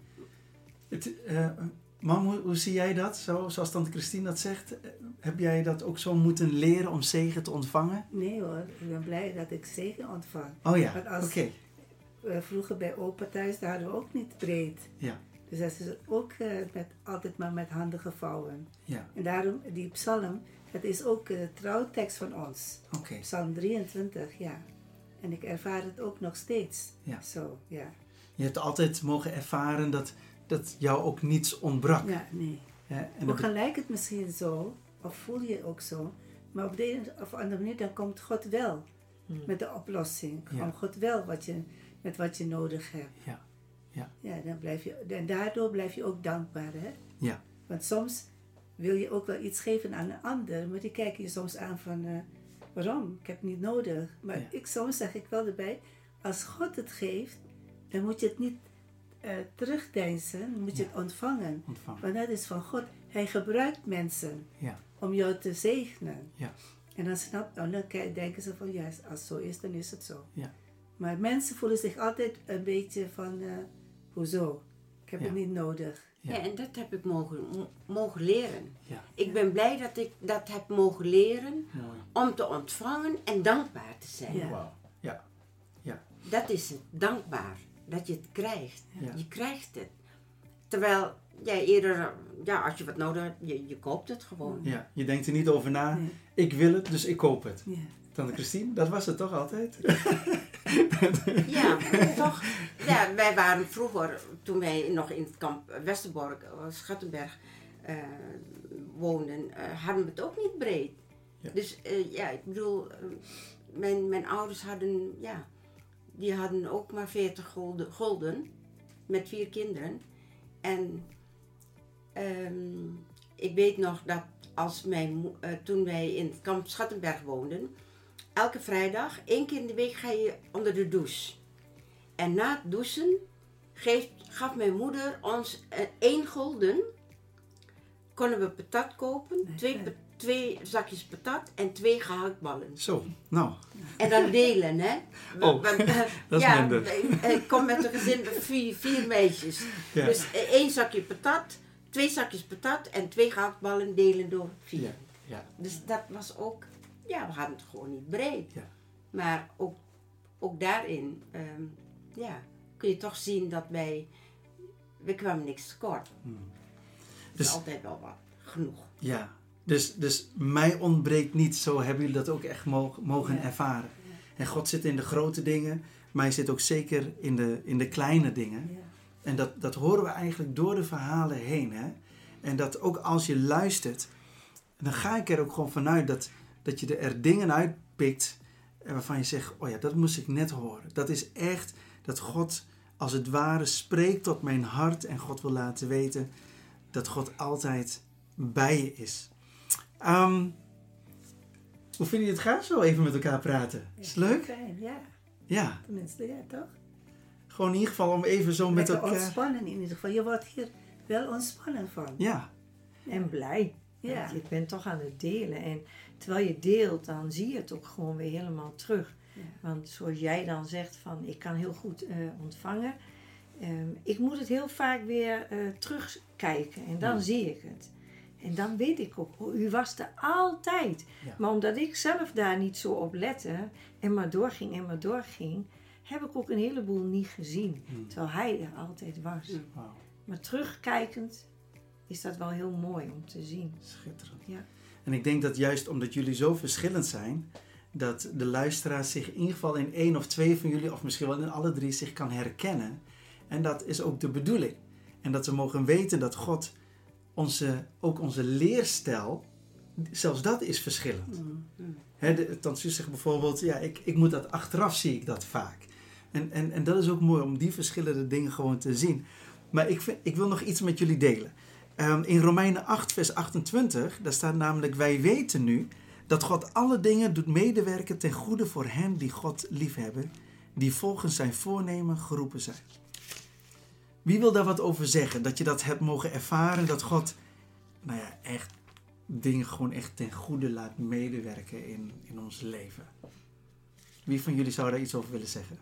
Het, uh, Mam, hoe, hoe zie jij dat? Zo, zoals tante Christine dat zegt. Uh, heb jij dat ook zo moeten leren om zegen te ontvangen? Nee hoor, ik ben blij dat ik zegen ontvang. Oh ja, Want oké. als Okay. uh, vroeger bij opa thuis, daar hadden we ook niet breed. Ja. Dus dat is ook uh, met, altijd maar met handen gevouwen. Ja. En daarom, die psalm, dat is ook de trouwtekst van ons. Oké. Okay. Psalm drieëntwintig, ja. En ik ervaar het ook nog steeds. Ja. Zo, ja. Je hebt altijd mogen ervaren dat, dat jou ook niets ontbrak. Ja, nee. Ja, en Ook dat... al lijkt het misschien zo, of voel je ook zo, maar op de een of andere manier dan komt God wel Hmm. met de oplossing. Ja. Komt God wel wat je, met wat je nodig hebt. Ja. Ja. Ja, dan blijf je, en daardoor blijf je ook dankbaar, hè? Ja. Want soms wil je ook wel iets geven aan een ander, maar die kijken je soms aan van, uh, waarom? Ik heb het niet nodig. Maar Ja. ik, soms zeg ik wel erbij, als God het geeft, dan moet je het niet uh, terugdeinzen, dan moet je Ja. het ontvangen. Ontvangen. Want dat is van God. Hij gebruikt mensen Ja. om jou te zegenen. Ja. En dan, snap, dan denken ze van, ja, als het zo is, dan is het zo. Ja. Maar mensen voelen zich altijd een beetje van, uh, hoezo? Ik heb Ja. het niet nodig. Ja. Ja, en dat heb ik mogen, mo- mogen leren. Ja. Ik ben blij dat ik dat heb mogen leren Mooi. om te ontvangen en dankbaar te zijn. Ja. Wauw. Ja. Ja. Dat is het, dankbaar. Dat je het krijgt. Ja. Je krijgt het. Terwijl jij eerder, ja, als je wat nodig hebt, je, je koopt het gewoon. Ja. Je denkt er niet over na. Nee. Ik wil het, dus ik koop het. Ja. Tante Christine, dat was het toch altijd? Ja, toch? Ja, wij waren vroeger, toen wij nog in het kamp Westerbork, uh, Schattenberg, uh, woonden, uh, hadden we het ook niet breed. Ja. Dus uh, ja, ik bedoel, uh, mijn, mijn ouders hadden, ja, die hadden ook maar veertig gulden, gulden met vier kinderen. En um, ik weet nog dat als mijn, uh, toen wij in het kamp Schattenberg woonden, elke vrijdag, één keer in de week ga je onder de douche. En na het douchen geeft, gaf mijn moeder ons uh, één gulden. Konden we patat kopen, nee, twee, nee. twee zakjes patat en twee gehaktballen. Zo, nou. En dan delen, hè. Oh, Want, uh, dat is ja, minder. Ik kom met een gezin met vier, vier meisjes. Ja. Dus uh, één zakje patat, twee zakjes patat en twee gehaktballen delen door vier. Ja. Ja. Dus dat was ook, ja, we hadden het gewoon niet breed. Ja. Maar ook, ook daarin, um, ja, kun je toch zien dat wij, we kwamen niks tekort. Hmm. Dus, is altijd wel wat genoeg. Ja, dus, dus mij ontbreekt niet. Zo hebben jullie dat ook echt mogen, mogen ja. ervaren. Ja. En God zit in de grote dingen, maar hij zit ook zeker in de, in de kleine dingen. Ja. En dat, dat horen we eigenlijk door de verhalen heen. Hè? En dat ook als je luistert, dan ga ik er ook gewoon vanuit dat, dat je er dingen uitpikt waarvan je zegt, oh ja, dat moest ik net horen. Dat is echt dat God als het ware spreekt tot mijn hart en God wil laten weten dat God altijd bij je is. Um, hoe vind je het gaan zo even met elkaar praten? Is het leuk? Fijn, ja. Ja. Tenminste, ja, toch? Gewoon in ieder geval om even zo met Lekker elkaar... ontspannen in ieder geval. Je wordt hier wel ontspannen van. Ja. En blij. Ja. Want je bent toch aan het delen. En terwijl je deelt, dan zie je het ook gewoon weer helemaal terug. Ja. Want zoals jij dan zegt van, ik kan heel goed uh, ontvangen. Um, ik moet het heel vaak weer uh, terugkijken en dan ja. zie ik het. En dan weet ik ook, u was er altijd. Ja. Maar omdat ik zelf daar niet zo op lette en maar doorging en maar doorging, heb ik ook een heleboel niet gezien. Hmm. Terwijl hij er altijd was. Hmm. Wow. Maar terugkijkend is dat wel heel mooi om te zien. Schitterend. Ja. En ik denk dat juist omdat jullie zo verschillend zijn, dat de luisteraar zich in ieder geval in één of twee van jullie, of misschien wel in alle drie, zich kan herkennen. En dat is ook de bedoeling. En dat we mogen weten dat God onze, ook onze leerstijl, zelfs dat is verschillend. Mm-hmm. He, de tante zegt bijvoorbeeld, ja, ik, ik moet dat achteraf, zie ik dat vaak. En, en, en dat is ook mooi om die verschillende dingen gewoon te zien. Maar ik, vind, ik wil nog iets met jullie delen. Um, in Romeinen acht vers achtentwintig, daar staat namelijk, wij weten nu dat God alle dingen doet medewerken ten goede voor hen die God liefhebben, die volgens zijn voornemen geroepen zijn. Wie wil daar wat over zeggen? Dat je dat hebt mogen ervaren, dat God, nou ja, echt dingen gewoon echt ten goede laat medewerken in, in ons leven. Wie van jullie zou daar iets over willen zeggen?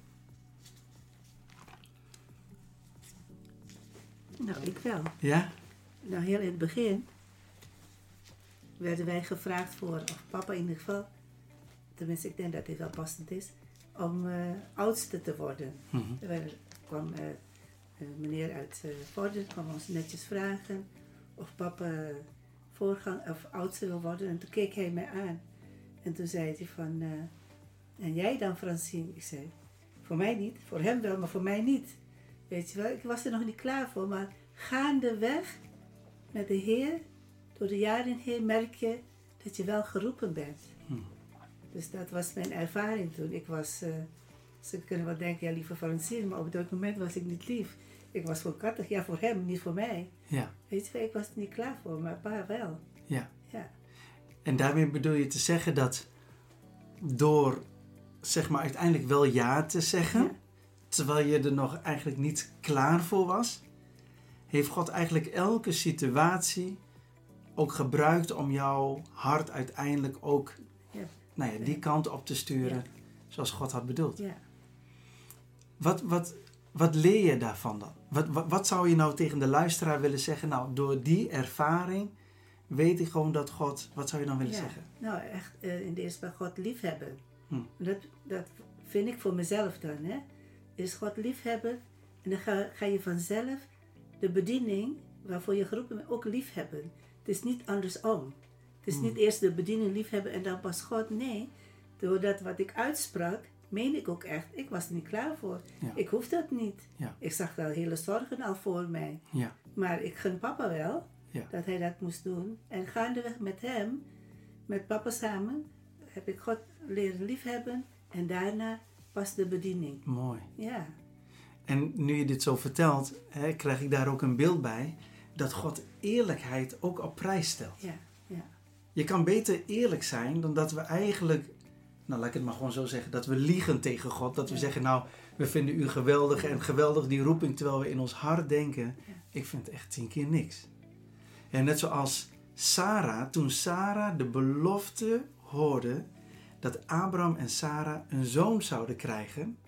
Nou, ik wel. Ja? Nou, heel in het begin werden wij gevraagd voor, of papa in ieder geval, tenminste ik denk dat dit wel passend is, om uh, oudste te worden. Mm-hmm. Er kwam uh, uh, meneer uit uh, Vorden, kwam ons netjes vragen of papa uh, voorgang, of oudste wil worden. En toen keek hij mij aan. En toen zei hij van, uh, en jij dan Francine? Ik zei, voor mij niet, voor hem wel, maar voor mij niet. Weet je wel, ik was er nog niet klaar voor, maar gaandeweg met de Heer, door de jaren heen merk je dat je wel geroepen bent. Hmm. Dus dat was mijn ervaring toen. Ik was, uh, ze kunnen wel denken, ja lieve Francine, maar op dat moment was ik niet lief. Ik was voor kattig, ja voor hem, niet voor mij. Ja. Weet je wel, ik was er niet klaar voor, maar pa wel. Ja. Ja. En daarmee bedoel je te zeggen dat door, zeg maar, uiteindelijk wel ja te zeggen, ja, terwijl je er nog eigenlijk niet klaar voor was, heeft God eigenlijk elke situatie ook gebruikt om jouw hart uiteindelijk ook, ja, nou ja, die kant op te sturen, ja, zoals God had bedoeld. Ja. Wat, wat, wat leer je daarvan dan? Wat, wat, wat zou je nou tegen de luisteraar willen zeggen? Nou, door die ervaring weet ik gewoon dat God, wat zou je dan willen ja, zeggen? Nou, echt uh, in de eerste plaats God liefhebben. Hm. Dat, dat vind ik voor mezelf dan, hè. Is God liefhebben en dan ga, ga je vanzelf de bediening waarvoor je geroepen bent ook liefhebben. Het is niet andersom. Het is hm. niet eerst de bediening liefhebben en dan pas God. Nee, door dat wat ik uitsprak, meen ik ook echt, ik was er niet klaar voor. Ja. Ik hoef dat niet. Ja. Ik zag wel hele zorgen al voor mij. Ja. Maar ik gun papa wel, ja, dat hij dat moest doen. En gaandeweg met hem, met papa samen, heb ik God leren liefhebben. En daarna was de bediening. Mooi. Ja. En nu je dit zo vertelt, hè, krijg ik daar ook een beeld bij dat God eerlijkheid ook op prijs stelt. Ja, ja. Je kan beter eerlijk zijn dan dat we eigenlijk, nou laat ik het maar gewoon zo zeggen, dat we liegen tegen God. Dat we Ja. zeggen, nou, we vinden u geweldig en geweldig die roeping, terwijl we in ons hart denken, Ja. ik vind het echt tien keer niks. En net zoals Sarah, toen Sarah de belofte hoorde dat Abraham en Sarah een zoon zouden krijgen,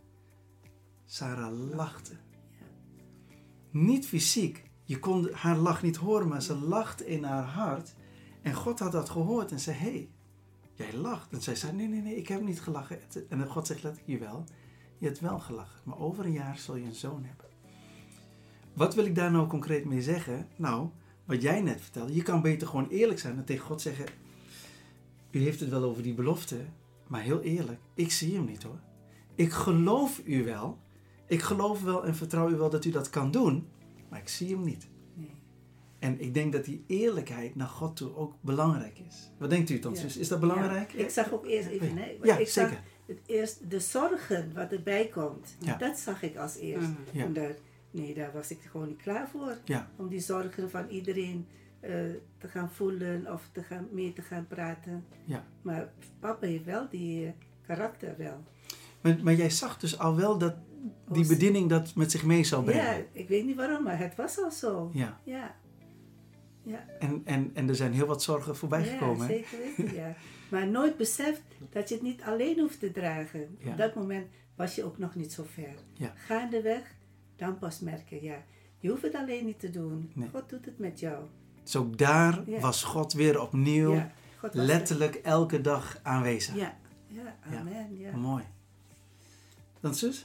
Sarah lachte. Ja. Niet fysiek. Je kon haar lach niet horen, maar ze lachte in haar hart. En God had dat gehoord en zei, hé, hey, jij lacht. En zij zei, nee, nee, nee, ik heb niet gelachen. En dan God zegt letterlijk, jawel, je hebt wel gelachen. Maar over een jaar zul je een zoon hebben. Wat wil ik daar nou concreet mee zeggen? Nou, wat jij net vertelde, je kan beter gewoon eerlijk zijn en tegen God zeggen, u heeft het wel over die belofte, maar heel eerlijk, ik zie hem niet hoor. Ik geloof u wel. Ik geloof wel en vertrouw u wel dat u dat kan doen, maar ik zie hem niet. Nee. En ik denk dat die eerlijkheid naar God toe ook belangrijk is. Wat denkt u dan, Ja. zus? Is dat belangrijk? Ja, ik zag ook eerst even, nee, Ja, ik zag zeker. het eerst de zorgen wat erbij komt. Ja. Dat zag ik als eerst. Mhm. Ja. Omdat, nee, daar was ik gewoon niet klaar voor. Ja, Om die zorgen van iedereen eh, te gaan voelen of te gaan, mee te gaan praten. ja. Maar papa heeft wel die eh, karakter wel. Maar, maar jij zag dus al wel dat die Als- bediening dat met zich mee zou brengen. Ja, ik weet niet waarom, maar het was al zo. Ja. Ja. Ja. En, en, en er zijn heel wat zorgen voorbij gekomen. Ja, hè? zeker weten, ja. Maar nooit beseft dat je het niet alleen hoeft te dragen. Ja. Op dat moment was je ook nog niet zo ver. Ja. Gaandeweg, dan pas merken, ja, je hoeft het alleen niet te doen. Nee. God doet het met jou. Dus ook daar Ja. was God weer opnieuw Ja, God was letterlijk elke dag aanwezig. er. Ja, ja, amen, ja. Mooi. Dan zus?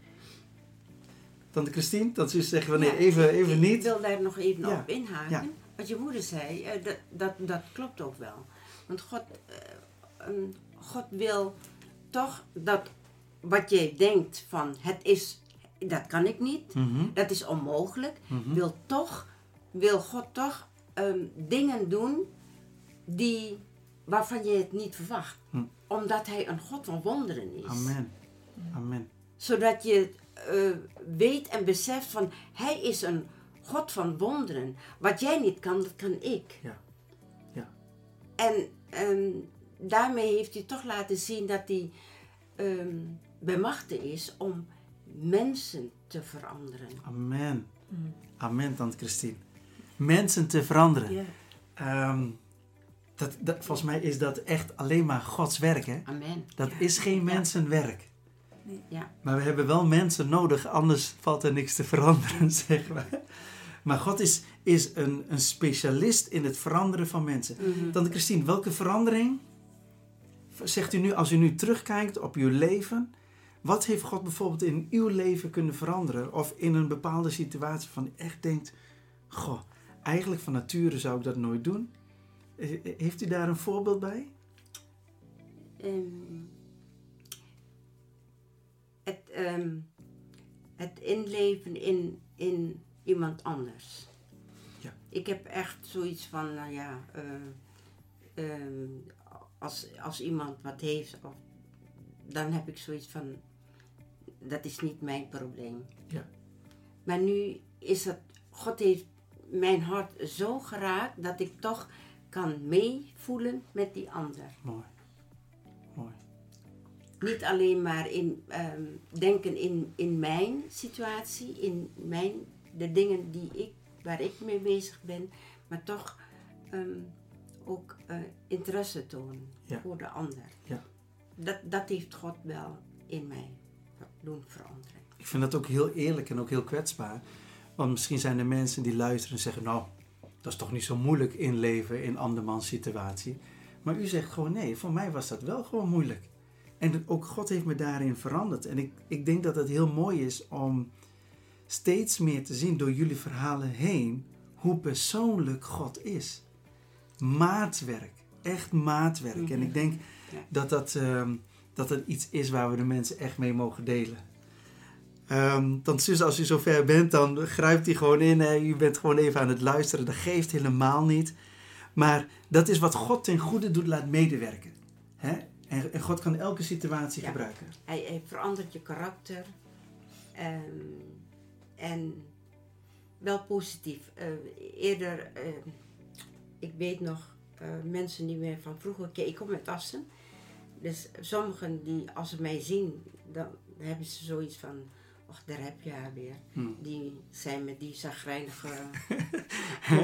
Tante Christine? Dan zus zeggen we nee, Ja, even, ik- even ik niet. wil daar nog even Ja. op inhaken. Ja. Wat je moeder zei, eh, dat, dat, dat klopt ook wel. Want God, eh, ehm, God wil toch dat wat jij denkt van het is, dat kan ik niet, Mhm, dat is onmogelijk, mhm. wil toch, wil God toch ehm, dingen doen die, waarvan je het niet verwacht. Hm. Omdat hij een God van wonderen is. Amen. Amen. Zodat je uh, weet en beseft van hij is een God van wonderen. Wat jij niet kan, dat kan ik. Ja. Ja. En um, daarmee heeft hij toch laten zien dat hij um, bemachtigd is om mensen te veranderen. Amen. Mm. Amen, Tante Christine. Mensen te veranderen. Ja, Ehm, dat, dat, volgens mij is dat echt alleen maar Gods werk. Hè? Amen. Dat Ja. is geen Ja. mensenwerk. Ja. Maar we hebben wel mensen nodig, anders valt er niks te veranderen, zeg maar. Maar God is, is een, een specialist in het veranderen van mensen. Mhm. Tante Christine, welke verandering zegt u nu, als u nu terugkijkt op uw leven, wat heeft God bijvoorbeeld in uw leven kunnen veranderen? Of in een bepaalde situatie van u echt denkt, goh, eigenlijk van nature zou ik dat nooit doen. Heeft u daar een voorbeeld bij? Um, het, um, het inleven in, in iemand anders. Ja. Ik heb echt zoiets van, nou ja, uh, um, als, als iemand wat heeft, of, dan heb ik zoiets van, dat is niet mijn probleem. Ja. Maar nu is het, God heeft mijn hart zo geraakt dat ik toch kan meevoelen met die ander. Mooi. Mooi. Niet alleen maar in, um, denken in, in mijn situatie, in mijn, de dingen die ik, waar ik mee bezig ben, maar toch um, ook uh, interesse tonen Ja. voor de ander. Ja. Dat, dat heeft God wel in mij doen veranderen. Ik vind dat ook heel eerlijk en ook heel kwetsbaar. Want misschien zijn er mensen die luisteren en zeggen, nou, dat is toch niet zo moeilijk inleven in andermans situatie. Maar u zegt gewoon, nee, voor mij was dat wel gewoon moeilijk. En ook God heeft me daarin veranderd. En ik, ik denk dat het heel mooi is om steeds meer te zien door jullie verhalen heen hoe persoonlijk God is. Maatwerk. Echt maatwerk. Mm-hmm. En ik denk ja. dat, dat, um, dat het iets is waar we de mensen echt mee mogen delen. Um, dan zus, als u zover bent, dan grijpt hij gewoon in. Hè. U bent gewoon even aan het luisteren. Dat geeft helemaal niet. Maar dat is wat God ten goede doet, laat medewerken. Hè? En, en God kan elke situatie Ja. gebruiken. Hij, hij verandert je karakter. Um, en wel positief. Uh, eerder, uh, ik weet nog, uh, mensen die mij van vroeger... Kijk, ik kom uit Assen. Dus sommigen die, als ze mij zien, dan hebben ze zoiets van... Och, daar heb je haar weer. Hmm. Die zijn met die zagrijnige kop.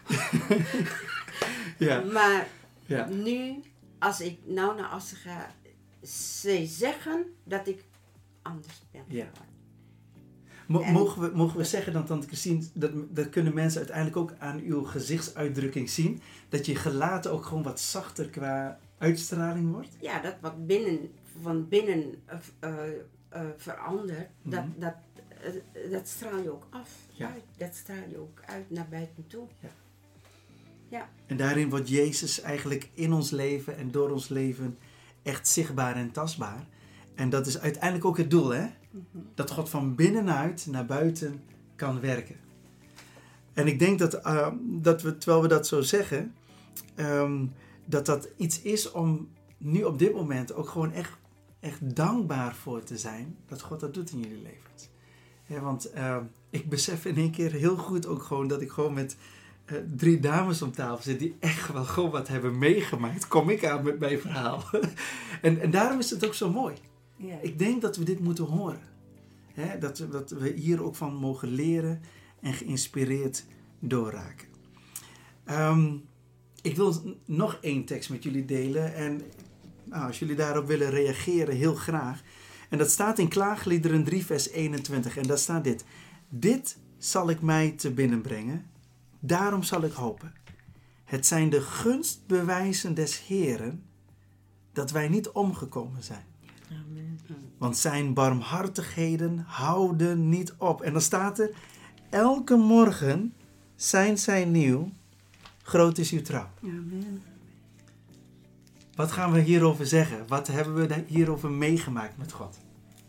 Ja. Maar ja. nu, als ik nou naar Assen ga... Ze zeggen dat ik anders ben. Ja. Mo- en, mogen, we, mogen we zeggen dan, Tante Christine, dat, dat kunnen mensen uiteindelijk ook aan uw gezichtsuitdrukking zien? Dat je gelaten ook gewoon wat zachter qua uitstraling wordt? Ja, dat wat binnen, van binnen uh, uh, verandert, mm-hmm. dat, dat, uh, dat straal je ook af. Ja. Uit. Dat straal je ook uit naar buiten toe. Ja. Ja. En daarin wordt Jezus eigenlijk in ons leven en door ons leven echt zichtbaar en tastbaar. En dat is uiteindelijk ook het doel, hè? Mm-hmm. Dat God van binnenuit naar buiten kan werken. En ik denk dat, uh, dat we, terwijl we dat zo zeggen, um, dat dat iets is om nu op dit moment ook gewoon echt, echt dankbaar voor te zijn dat God dat doet in jullie levens. Ja, want uh, ik besef in één keer heel goed ook gewoon dat ik gewoon met uh, drie dames om tafel zit die echt wel gewoon wat hebben meegemaakt. Kom ik aan met mijn verhaal. en, en daarom is het ook zo mooi. Ja. Ik denk dat we dit moeten horen. Hè? Dat, dat we hier ook van mogen leren en geïnspireerd doorraken. Um, ik wil nog één tekst met jullie delen. En nou, als jullie daarop willen reageren, heel graag. En dat staat in Klaagliederen drie vers eenentwintig. En daar staat dit. Dit zal ik mij te binnen brengen. Daarom zal ik hopen. Het zijn de gunstbewijzen des Heeren dat wij niet omgekomen zijn. Amen. Want zijn barmhartigheden houden niet op. En dan staat er, elke morgen zijn zij nieuw, groot is uw trouw. Amen. Wat gaan we hierover zeggen? Wat hebben we hierover meegemaakt met God?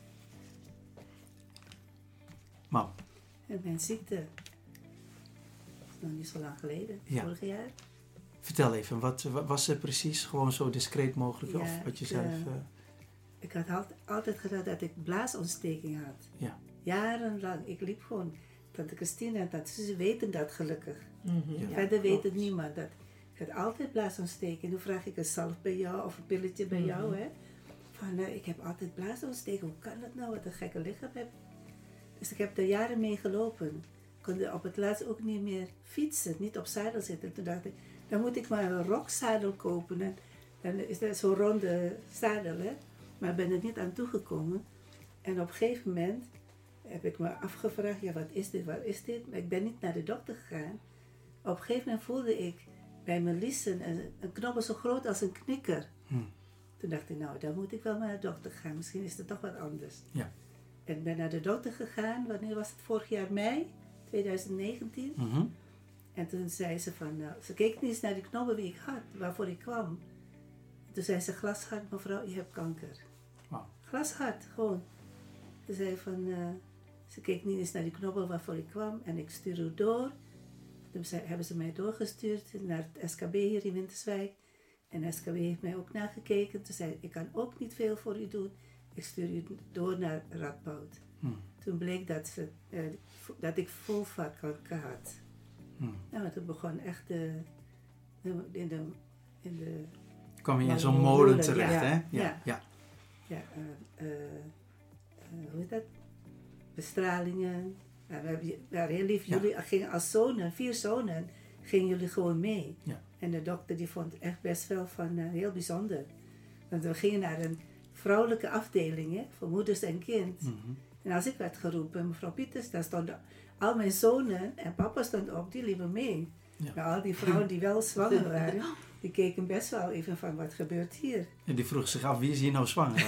Mam. En mijn ziekte. Dat is nog niet zo lang geleden, ja. vorig jaar. Vertel even, wat, wat was er precies? Gewoon zo discreet mogelijk? Ja, of wat je zelf... Uh, Ik had altijd, altijd gedacht dat ik blaasontsteking had. Ja. Jarenlang. Ik liep gewoon. Tante Christine en tante Suze weten dat gelukkig. Mm-hmm. Ja, Verder weet het niemand. Dat, ik had altijd blaasontsteking. Nu vraag ik een zalf bij jou of een pilletje bij mm-hmm. jou. Hè? Van, uh, ik heb altijd blaasontsteking. Hoe kan dat nou? Wat een gekke lichaam heb. Dus ik heb er jaren mee gelopen. Ik kon op het laatst ook niet meer fietsen. Niet op zadel zitten. Toen dacht ik, dan moet ik maar een rokzadel kopen. En dan is dat zo'n ronde zadel, hè. Maar ik ben er niet aan toegekomen. En op een gegeven moment heb ik me afgevraagd, ja, wat is dit, wat is dit? Maar ik ben niet naar de dokter gegaan. Op een gegeven moment voelde ik bij mijn liezen een, een knobbel zo groot als een knikker. Hm. Toen dacht ik, nou, dan moet ik wel naar de dokter gaan. Misschien is het toch wat anders. Ja. En ik ben naar de dokter gegaan. Wanneer was het? Vorig jaar mei, twintig negentien. Mm-hmm. En toen zei ze van, nou, ze keek niet eens naar die knobbel die ik had, waarvoor ik kwam. Toen zei ze, glashard, mevrouw, je hebt kanker. Wow. Glashard, gewoon. Toen zei van, uh, ze keek niet eens naar die knobbel waarvoor ik kwam en ik stuur u door. Toen zei, hebben ze mij doorgestuurd naar het S K B hier in Winterswijk. En het S K B heeft mij ook nagekeken. Toen zei ik kan ook niet veel voor u doen. Ik stuur u door naar Radboud. Hmm. Toen bleek dat, ze, uh, dat ik vulvakanker had. Hmm. Nou, toen begon echt de, de, in de... In de kwam je in zo'n molen terecht, ja, hè? Ja. ja. ja. ja uh, uh, uh, hoe heet dat? Bestralingen. Ja, we waren heel lief. Jullie ja. gingen als zonen, vier zonen, gingen jullie gewoon mee. Ja. En de dokter die vond het echt best wel van uh, heel bijzonder. Want we gingen naar een vrouwelijke afdeling, hè, voor moeders en kind. Mm-hmm. En als ik werd geroepen, mevrouw Pieters, daar stonden al mijn zonen en papa stond op, die liepen mee. Ja. Maar al die vrouwen die wel zwanger waren, die keken best wel even van, wat gebeurt hier? En die vroeg zich af, wie is hier nou zwanger?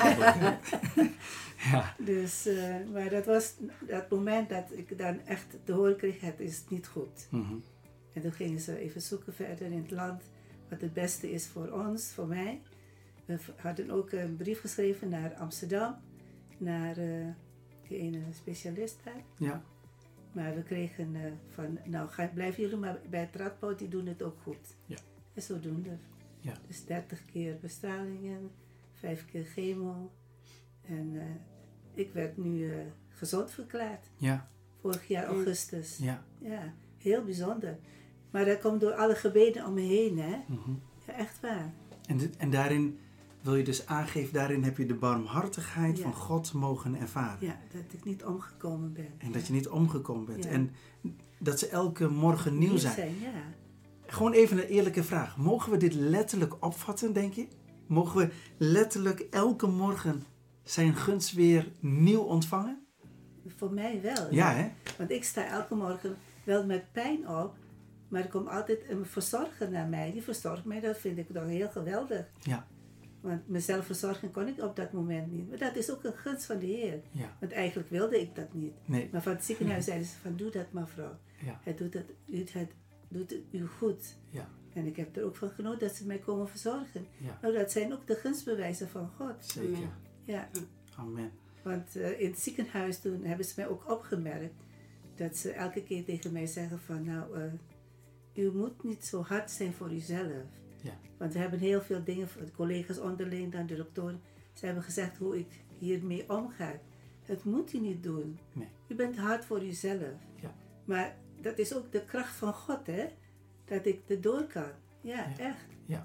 ja. Dus, uh, maar dat was dat moment dat ik dan echt te horen kreeg, het is niet goed. Mm-hmm. En toen gingen ze even zoeken verder in het land, wat het beste is voor ons, voor mij. We hadden ook een brief geschreven naar Amsterdam, naar uh, die ene specialist daar. Ja. Maar we kregen uh, van, nou ga, blijven jullie maar bij het Radboud, die doen het ook goed. Ja. En zodoende. Ja. Dus dertig keer bestralingen, vijf keer chemo. En uh, ik werd nu uh, gezond verklaard. Ja. Vorig jaar augustus. Ja. Ja, heel bijzonder. Maar dat komt door alle gebeden om me heen, hè. Mm-hmm. Ja, echt waar. En, dit, en daarin wil je dus aangeven, daarin heb je de barmhartigheid ja. van God mogen ervaren. Ja, dat ik niet omgekomen ben. En dat je niet omgekomen bent. Ja. En dat ze elke morgen nieuw zijn. zijn ja. Gewoon even een eerlijke vraag. Mogen we dit letterlijk opvatten, denk je? Mogen we letterlijk elke morgen zijn gunst weer nieuw ontvangen? Voor mij wel. Ja, hè? Want ik sta elke morgen wel met pijn op. Maar er komt altijd een verzorger naar mij. Die verzorgt mij. Dat vind ik toch heel geweldig. Ja. Want mezelf verzorgen kon ik op dat moment niet. Maar dat is ook een gunst van de Heer. Ja. Want eigenlijk wilde ik dat niet. Nee. Maar van het ziekenhuis zeiden ze van, doe dat mevrouw. Ja. Het doet het, het doet het u goed. Ja. En ik heb er ook van genoten dat ze mij komen verzorgen. Ja. Nou, dat zijn ook de gunstbewijzen van God. Zeker. Ja. Amen. Want uh, in het ziekenhuis toen hebben ze mij ook opgemerkt. Dat ze elke keer tegen mij zeggen van, nou, uh, u moet niet zo hard zijn voor uzelf. Ja. Want we hebben heel veel dingen, de collega's onderling, dan de doktoren. Ze hebben gezegd hoe ik hiermee omga. Dat moet u niet doen. Nee. U bent hard voor uzelf. Ja. Maar dat is ook de kracht van God, hè? Dat ik erdoor kan. Ja, Ja. echt. Ja.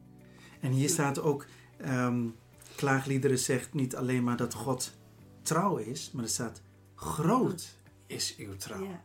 En hier staat ook, um, Klaagliederen zegt niet alleen maar dat God trouw is, maar er staat, groot is uw trouw. Ja.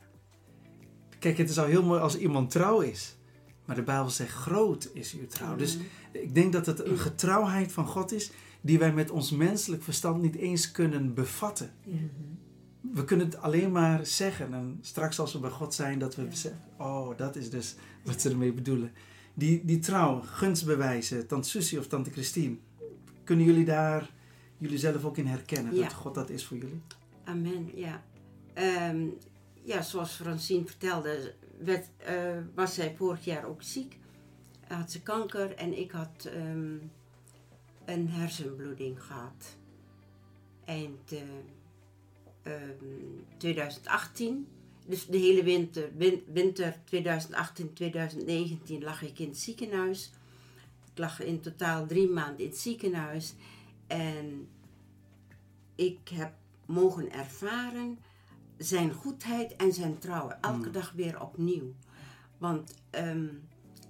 Kijk, het is al heel mooi als iemand trouw is. Maar de Bijbel zegt, groot is uw trouw. Mm. Dus ik denk dat het een getrouwheid van God is, die wij met ons menselijk verstand niet eens kunnen bevatten. Mm-hmm. We kunnen het alleen maar zeggen. En straks als we bij God zijn, dat we ja. zeggen, oh, dat is dus wat ze ermee bedoelen. Die, die trouw, gunstbewijzen, tante Susie of tante Christine. Kunnen jullie daar jullie zelf ook in herkennen, ja. dat God dat is voor jullie? Amen, ja. Um, ja, zoals Francine vertelde, werd, uh, was zij vorig jaar ook ziek. Had ze kanker en ik had um, een hersenbloeding gehad. Eind uh, um, twintig achttien. Dus de hele winter, win, winter twintig achttien twintig negentien lag ik in het ziekenhuis. Ik lag in totaal drie maanden in het ziekenhuis. En ik heb mogen ervaren zijn goedheid en zijn trouw. Elke mm. dag weer opnieuw. Want um,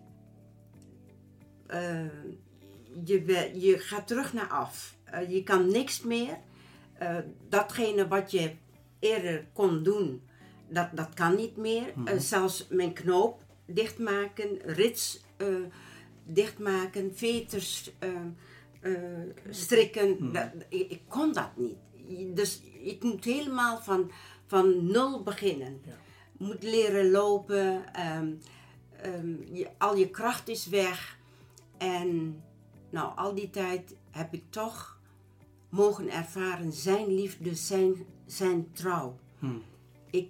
uh, je, je gaat terug naar af. Uh, je kan niks meer. Uh, datgene wat je eerder kon doen, dat, dat kan niet meer. Mm-hmm. Uh, zelfs mijn knoop dichtmaken, rits uh, dichtmaken, veters uh, uh, strikken. Mm-hmm. Dat, ik, ik kon dat niet. Dus ik moet helemaal van, van nul beginnen. Ja. Moet leren lopen. Um, um, je, al je kracht is weg. En nou, al die tijd heb ik toch mogen ervaren zijn liefde, zijn, zijn trouw. Hmm. Ik,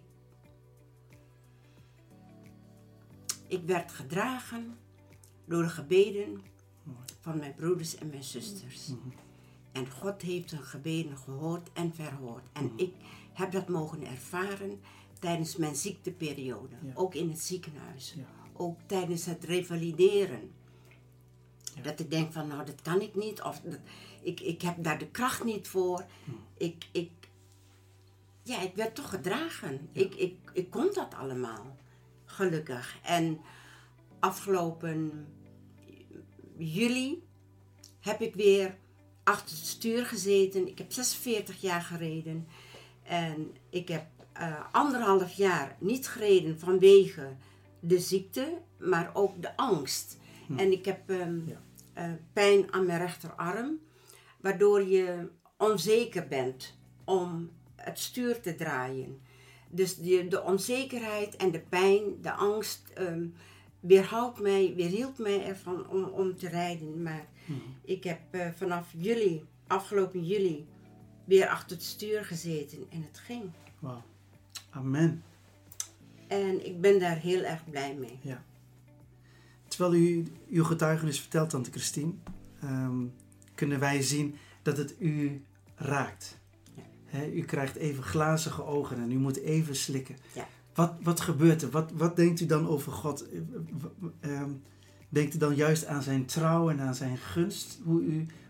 ik werd gedragen door de gebeden van mijn broeders en mijn zusters. Hmm. En God heeft hun gebeden gehoord en verhoord. En hmm. ik heb dat mogen ervaren tijdens mijn ziekteperiode. Ja. Ook in het ziekenhuis. Ja. Ook tijdens het revalideren. Ja. Dat ik denk van, nou, dat kan ik niet. Of dat, ik, ik heb daar de kracht niet voor. Hmm. Ik, ik, ja, ik werd toch gedragen. Ja. Ik, ik, ik kon dat allemaal. Gelukkig. En afgelopen juli heb ik weer achter het stuur gezeten. Ik heb zesenveertig jaar gereden. En ik heb uh, anderhalf jaar niet gereden vanwege de ziekte, maar ook de angst. Hm. En ik heb um, ja. uh, pijn aan mijn rechterarm, waardoor je onzeker bent om het stuur te draaien. Dus de, de onzekerheid en de pijn, de angst, um, weerhoudt mij, weerhield mij ervan om, om te rijden. Maar hm. ik heb uh, vanaf juli, afgelopen juli, weer achter het stuur gezeten en het ging. Wauw. Amen. En ik ben daar heel erg blij mee. Ja. Terwijl u uw getuigenis vertelt, tante Christine, um, kunnen wij zien dat het u raakt. Ja. He, u krijgt even glazige ogen en u moet even slikken. Ja. Wat, wat gebeurt er? Wat, wat denkt u dan over God? Um, denkt u dan juist aan zijn trouw en aan zijn gunst? Hoe u,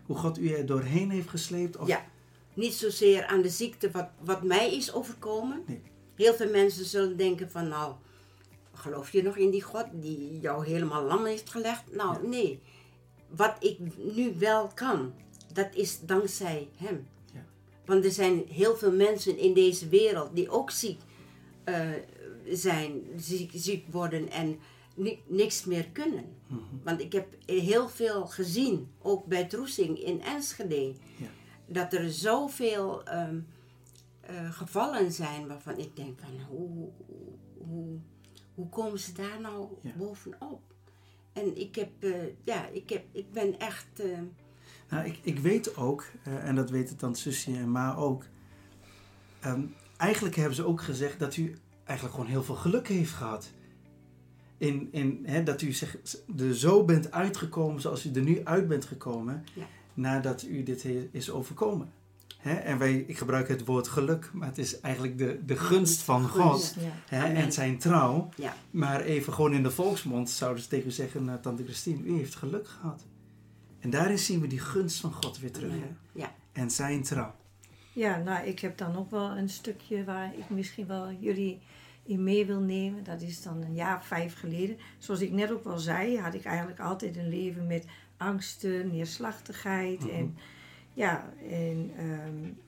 hoe God u er doorheen heeft gesleept? Of... Ja, niet zozeer aan de ziekte wat, wat mij is overkomen. Nee. Heel veel mensen zullen denken van nou, geloof je nog in die God die jou helemaal lam heeft gelegd? Nou Ja. nee, wat ik nu wel kan, dat is dankzij hem. Ja. Want er zijn heel veel mensen in deze wereld die ook ziek uh, zijn, ziek, ziek worden en ni- niks meer kunnen. Mm-hmm. Want ik heb heel veel gezien, ook bij Troesing in Enschede, Ja. dat er zoveel um, uh, gevallen zijn waarvan ik denk van hoe, hoe, hoe komen ze daar nou Ja. bovenop? En ik heb, uh, ja, ik heb, ik ben echt... Uh, Nou, ik, ik weet ook, uh, en dat weten tante Sussie en Ma ook. Um, eigenlijk hebben ze ook gezegd dat u eigenlijk gewoon heel veel geluk heeft gehad. In, in, hè, dat u zich er zo bent uitgekomen zoals u er nu uit bent gekomen. Ja. Nadat u dit he- is overkomen. Hè? En wij, ik gebruik het woord geluk, maar het is eigenlijk de, de gunst van God. Ja. Hè? En zijn trouw. ja. Maar even gewoon in de volksmond zouden ze tegen u zeggen, nou, tante Christine, u heeft geluk gehad. En daarin zien we die gunst van God weer terug. Hè? Ja. En zijn trouw. Ja, nou, ik heb dan ook wel een stukje waar ik misschien wel jullie in mee wil nemen. Dat is dan een jaar of vijf geleden. Zoals ik net ook wel zei, had ik eigenlijk altijd een leven met angsten, neerslachtigheid. Mhm. En ja, en, um,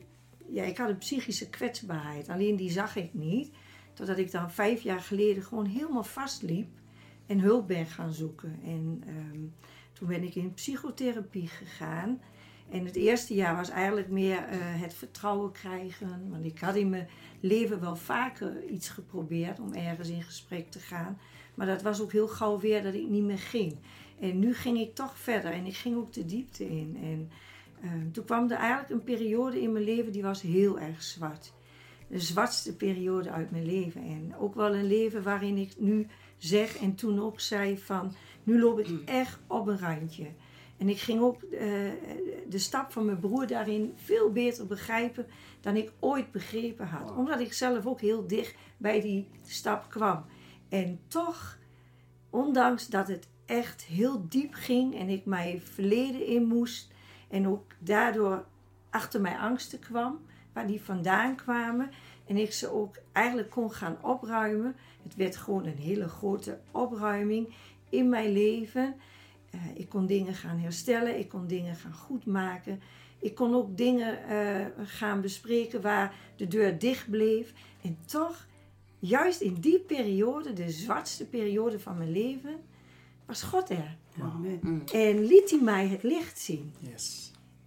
ja, ik had een psychische kwetsbaarheid. Alleen die zag ik niet. Totdat ik dan vijf jaar geleden gewoon helemaal vastliep en hulp ben gaan zoeken. En um, toen ben ik in psychotherapie gegaan. En het eerste jaar was eigenlijk meer uh, het vertrouwen krijgen. Want ik had in mijn leven wel vaker iets geprobeerd om ergens in gesprek te gaan. Maar dat was ook heel gauw weer dat ik niet meer ging. En nu ging ik toch verder en ik ging ook de diepte in. En uh, toen kwam er eigenlijk een periode in mijn leven die was heel erg zwart. De zwartste periode uit mijn leven. En ook wel een leven waarin ik nu zeg en toen ook zei van... Nu loop ik echt op een randje. En ik ging ook uh, de stap van mijn broer daarin veel beter begrijpen dan ik ooit begrepen had. Wow. Omdat ik zelf ook heel dicht bij die stap kwam. En toch, ondanks dat het echt heel diep ging en ik mijn verleden in moest en ook daardoor achter mijn angsten kwam, waar die vandaan kwamen en ik ze ook eigenlijk kon gaan opruimen. Het werd gewoon een hele grote opruiming in mijn leven. Uh, ik kon dingen gaan herstellen, ik kon dingen gaan goedmaken. Ik kon ook dingen uh, gaan bespreken waar de deur dicht bleef. En toch, juist in die periode, de zwartste periode van mijn leven, was God er. Wow. Mm. En liet hij mij het licht zien. Yes.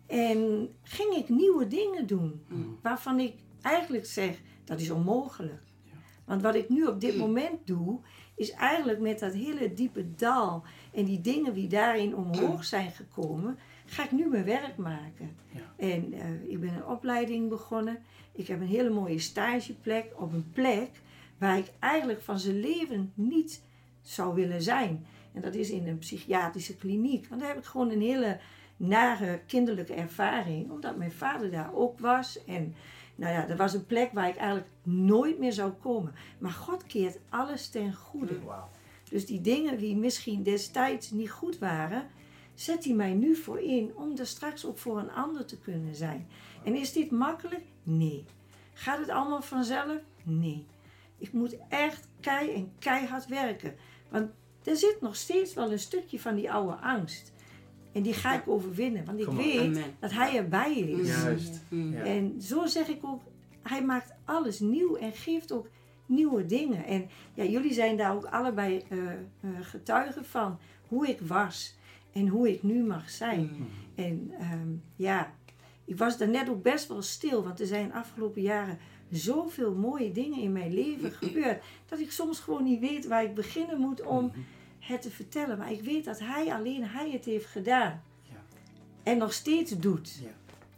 En ging ik nieuwe dingen doen, Mm. waarvan ik eigenlijk zeg, dat is onmogelijk. Ja. Want wat ik nu op dit moment doe, is eigenlijk met dat hele diepe dal en die dingen die daarin omhoog zijn gekomen, ga ik nu mijn werk maken. Ja. En uh, ik ben een opleiding begonnen. Ik heb een hele mooie stageplek op een plek waar ik eigenlijk van zijn leven niet zou willen zijn. En dat is in een psychiatrische kliniek. Want daar heb ik gewoon een hele nare kinderlijke ervaring, omdat mijn vader daar ook was. En nou ja, dat was een plek waar ik eigenlijk nooit meer zou komen. Maar God keert alles ten goede. Wow. Dus die dingen die misschien destijds niet goed waren, zet hij mij nu voor in om er straks ook voor een ander te kunnen zijn. En is dit makkelijk? Nee. Gaat het allemaal vanzelf? Nee. Ik moet echt kei en keihard werken. Want er zit nog steeds wel een stukje van die oude angst. En die ga ik overwinnen. Want ik Come on. weet Amen. dat hij erbij is. Juist. Mm. Ja. En zo zeg ik ook, hij maakt alles nieuw en geeft ook nieuwe dingen. En ja, jullie zijn daar ook allebei uh, uh, getuigen van hoe ik was en hoe ik nu mag zijn. Mm. En um, ja, ik was daar net ook best wel stil, want er zijn afgelopen jaren zoveel mooie dingen in mijn leven gebeurd, dat ik soms gewoon niet weet waar ik beginnen moet om het te vertellen. Maar ik weet dat hij, alleen hij het heeft gedaan. Ja. En nog steeds doet. Ja.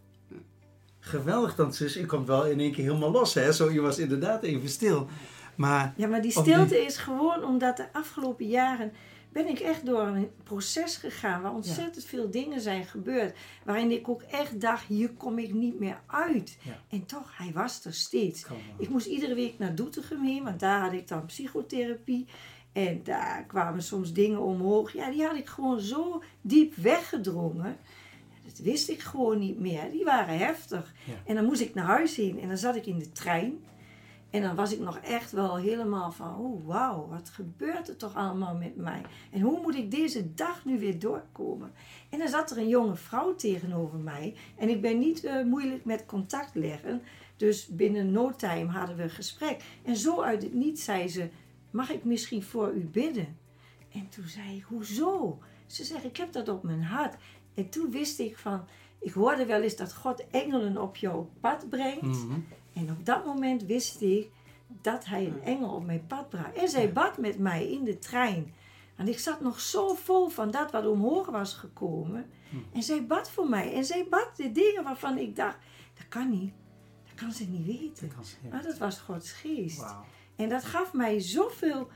Geweldig dan, zus. U komt wel in één keer helemaal los, hè? Zo, u was inderdaad even stil. Maar, Ja, maar die Of stilte die- is gewoon omdat de afgelopen jaren ben ik echt door een proces gegaan waar ontzettend veel dingen zijn gebeurd. Waarin ik ook echt dacht, hier kom ik niet meer uit. Ja. En toch, hij was er steeds. Come on. Ik moest iedere week naar Doetinchem heen, want daar had ik dan psychotherapie. En daar kwamen soms dingen omhoog. Ja, die had ik gewoon zo diep weggedrongen. dat wist ik gewoon niet meer. Die waren heftig. Ja. En dan moest ik naar huis heen en dan zat ik in de trein. En dan was ik nog echt wel helemaal van, oh wauw, wat gebeurt er toch allemaal met mij? En hoe moet ik deze dag nu weer doorkomen? En dan zat er een jonge vrouw tegenover mij. En ik ben niet uh, moeilijk met contact leggen. Dus binnen no time hadden we een gesprek. En zo uit het niets zei ze, mag ik misschien voor u bidden? En toen zei ik, hoezo? Ze zegt, ik heb dat op mijn hart. En toen wist ik van, ik hoorde wel eens dat God engelen op jouw pad brengt. Mm-hmm. En op dat moment wist ik dat hij een engel op mijn pad bracht. En zij bad met mij in de trein. Want ik zat nog zo vol van dat wat omhoog was gekomen. Mm. En zij bad voor mij. En zij bad de dingen waarvan ik dacht, dat kan niet. Dat kan ze niet weten. Dat kan ze, ja. Maar dat was Gods geest. Wauw. En dat gaf mij zoveel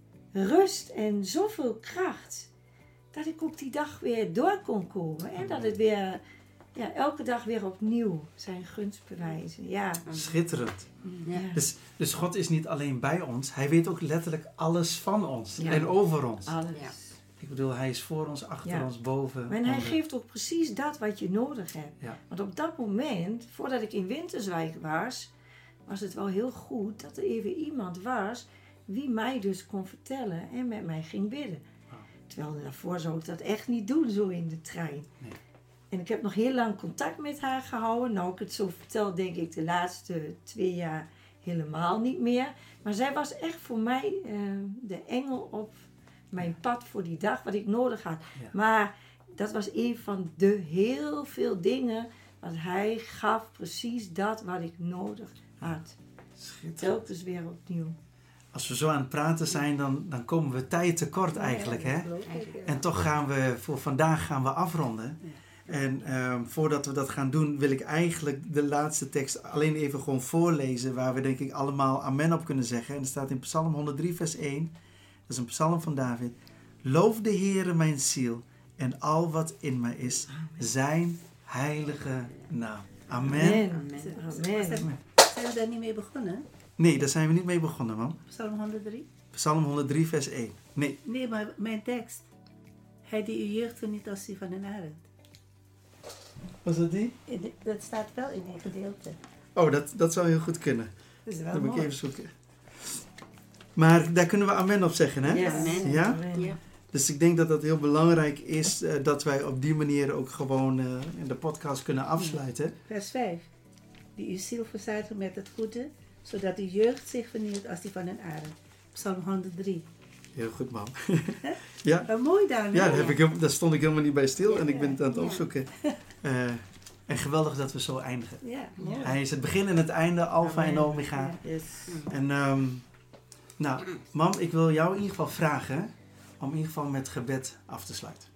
rust en zoveel kracht. Dat ik ook die dag weer door kon komen. En dat het weer, ja, elke dag weer opnieuw zijn gunst bewijzen. Ja. Schitterend. Ja. Dus, dus God is niet alleen bij ons, hij weet ook letterlijk alles van ons Ja. en over ons. Alles. Ja. Ik bedoel, hij is voor ons, achter Ja. ons, boven. En hij onder. geeft ook precies dat wat je nodig hebt. Ja. Want op dat moment, voordat ik in Winterswijk was, was het wel heel goed dat er even iemand was wie mij dus kon vertellen en met mij ging bidden. Wauw. Terwijl daarvoor zou ik dat echt niet doen, zo in de trein. Nee. En ik heb nog heel lang contact met haar gehouden. Nou, ik het zo vertel, denk ik de laatste twee jaar helemaal niet meer. Maar zij was echt voor mij uh, de engel op mijn pad voor die dag, wat ik nodig had. Ja. Maar dat was een van de heel veel dingen, want hij gaf precies dat wat ik nodig had. Schitterend. Telkens weer opnieuw. Als we zo aan het praten zijn, dan, dan komen we tijd tekort eigenlijk. Ja, Hè? dat geloof ik, ja. En toch gaan we, voor vandaag gaan we afronden. En ehm, voordat we dat gaan doen, wil ik eigenlijk de laatste tekst alleen even gewoon voorlezen, waar we denk ik allemaal amen op kunnen zeggen. En dat staat in Psalm honderddrie vers één. Dat is een psalm van David. Loof de Heere mijn ziel en al wat in mij is, zijn heilige naam. Amen. Amen. Amen. Amen. Zijn we daar niet mee begonnen? Nee, daar zijn we niet mee begonnen, man. Psalm honderddrie? Psalm honderddrie vers één. Nee. Nee, maar mijn tekst. Hij die uw jeugd verniet als die van een arend. Was dat die? In de- Dat staat wel in die gedeelte. Oh, dat, dat zou heel goed kunnen. Dat is wel Dat moet ik mooi. even zoeken. Maar daar kunnen we amen op zeggen, hè? Ja. Amen. Ja? Amen. Ja. Dus ik denk dat het heel belangrijk is uh, dat wij op die manier ook gewoon uh, de podcast kunnen afsluiten. Vers vijf. Die uw ziel verzadigt met het goede, zodat uw jeugd zich vernieuwt als die van een arend. Psalm honderddrie. Heel goed, man. ja, Wat mooi dan, hè? ja daar, heb ik, heel- daar stond ik helemaal niet bij stil Ja, en ik ben het aan het ja. opzoeken. Uh, en geweldig dat we zo eindigen. Ja, mooi. Hij is het begin en het einde, alfa en Amen. omega. Ja. Yes. En um, nou, mam, ik wil jou in ieder geval vragen om in ieder geval met gebed af te sluiten.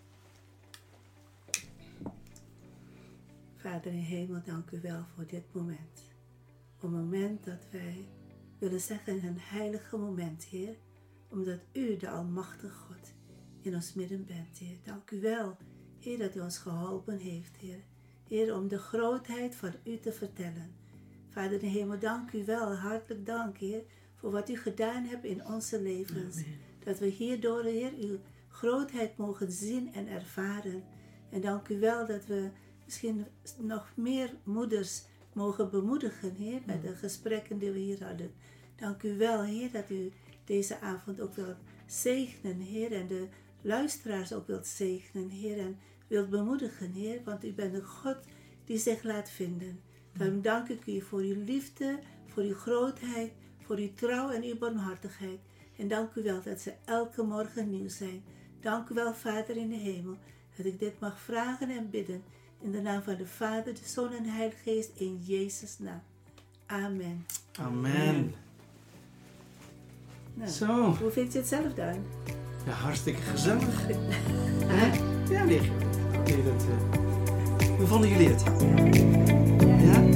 Vader in hemel, dank u wel voor dit moment. Een moment dat wij willen zeggen, een heilige moment, Heer. Omdat u, de almachtige God, in ons midden bent, Heer. Dank u wel, Heer, dat u ons geholpen heeft, Heer. Heer, om de grootheid van u te vertellen. Vader in hemel, dank u wel, hartelijk dank, Heer, voor wat u gedaan hebt in onze levens. Amen. Dat we hierdoor, Heer, uw grootheid mogen zien en ervaren. En dank u wel dat we misschien nog meer moeders mogen bemoedigen, Heer, met de gesprekken die we hier hadden. Dank u wel, Heer, dat u deze avond ook wilt zegenen, Heer, en de luisteraars ook wilt zegenen, Heer, en wilt bemoedigen, Heer, want u bent een God die zich laat vinden. Daarom dank ik u voor uw liefde, voor uw grootheid, voor uw trouw en uw barmhartigheid. En dank u wel dat ze elke morgen nieuw zijn. Dank u wel, Vader in de hemel, dat ik dit mag vragen en bidden. In de naam van de Vader, de Zoon en de Heilige Geest, in Jezus' naam. Amen. Amen. Nou, Zo. hoe vind je het zelf dan? Ja, hartstikke gezellig. Hè? Ja, nee. nee dat, uh... Hoe vonden jullie het? Ja?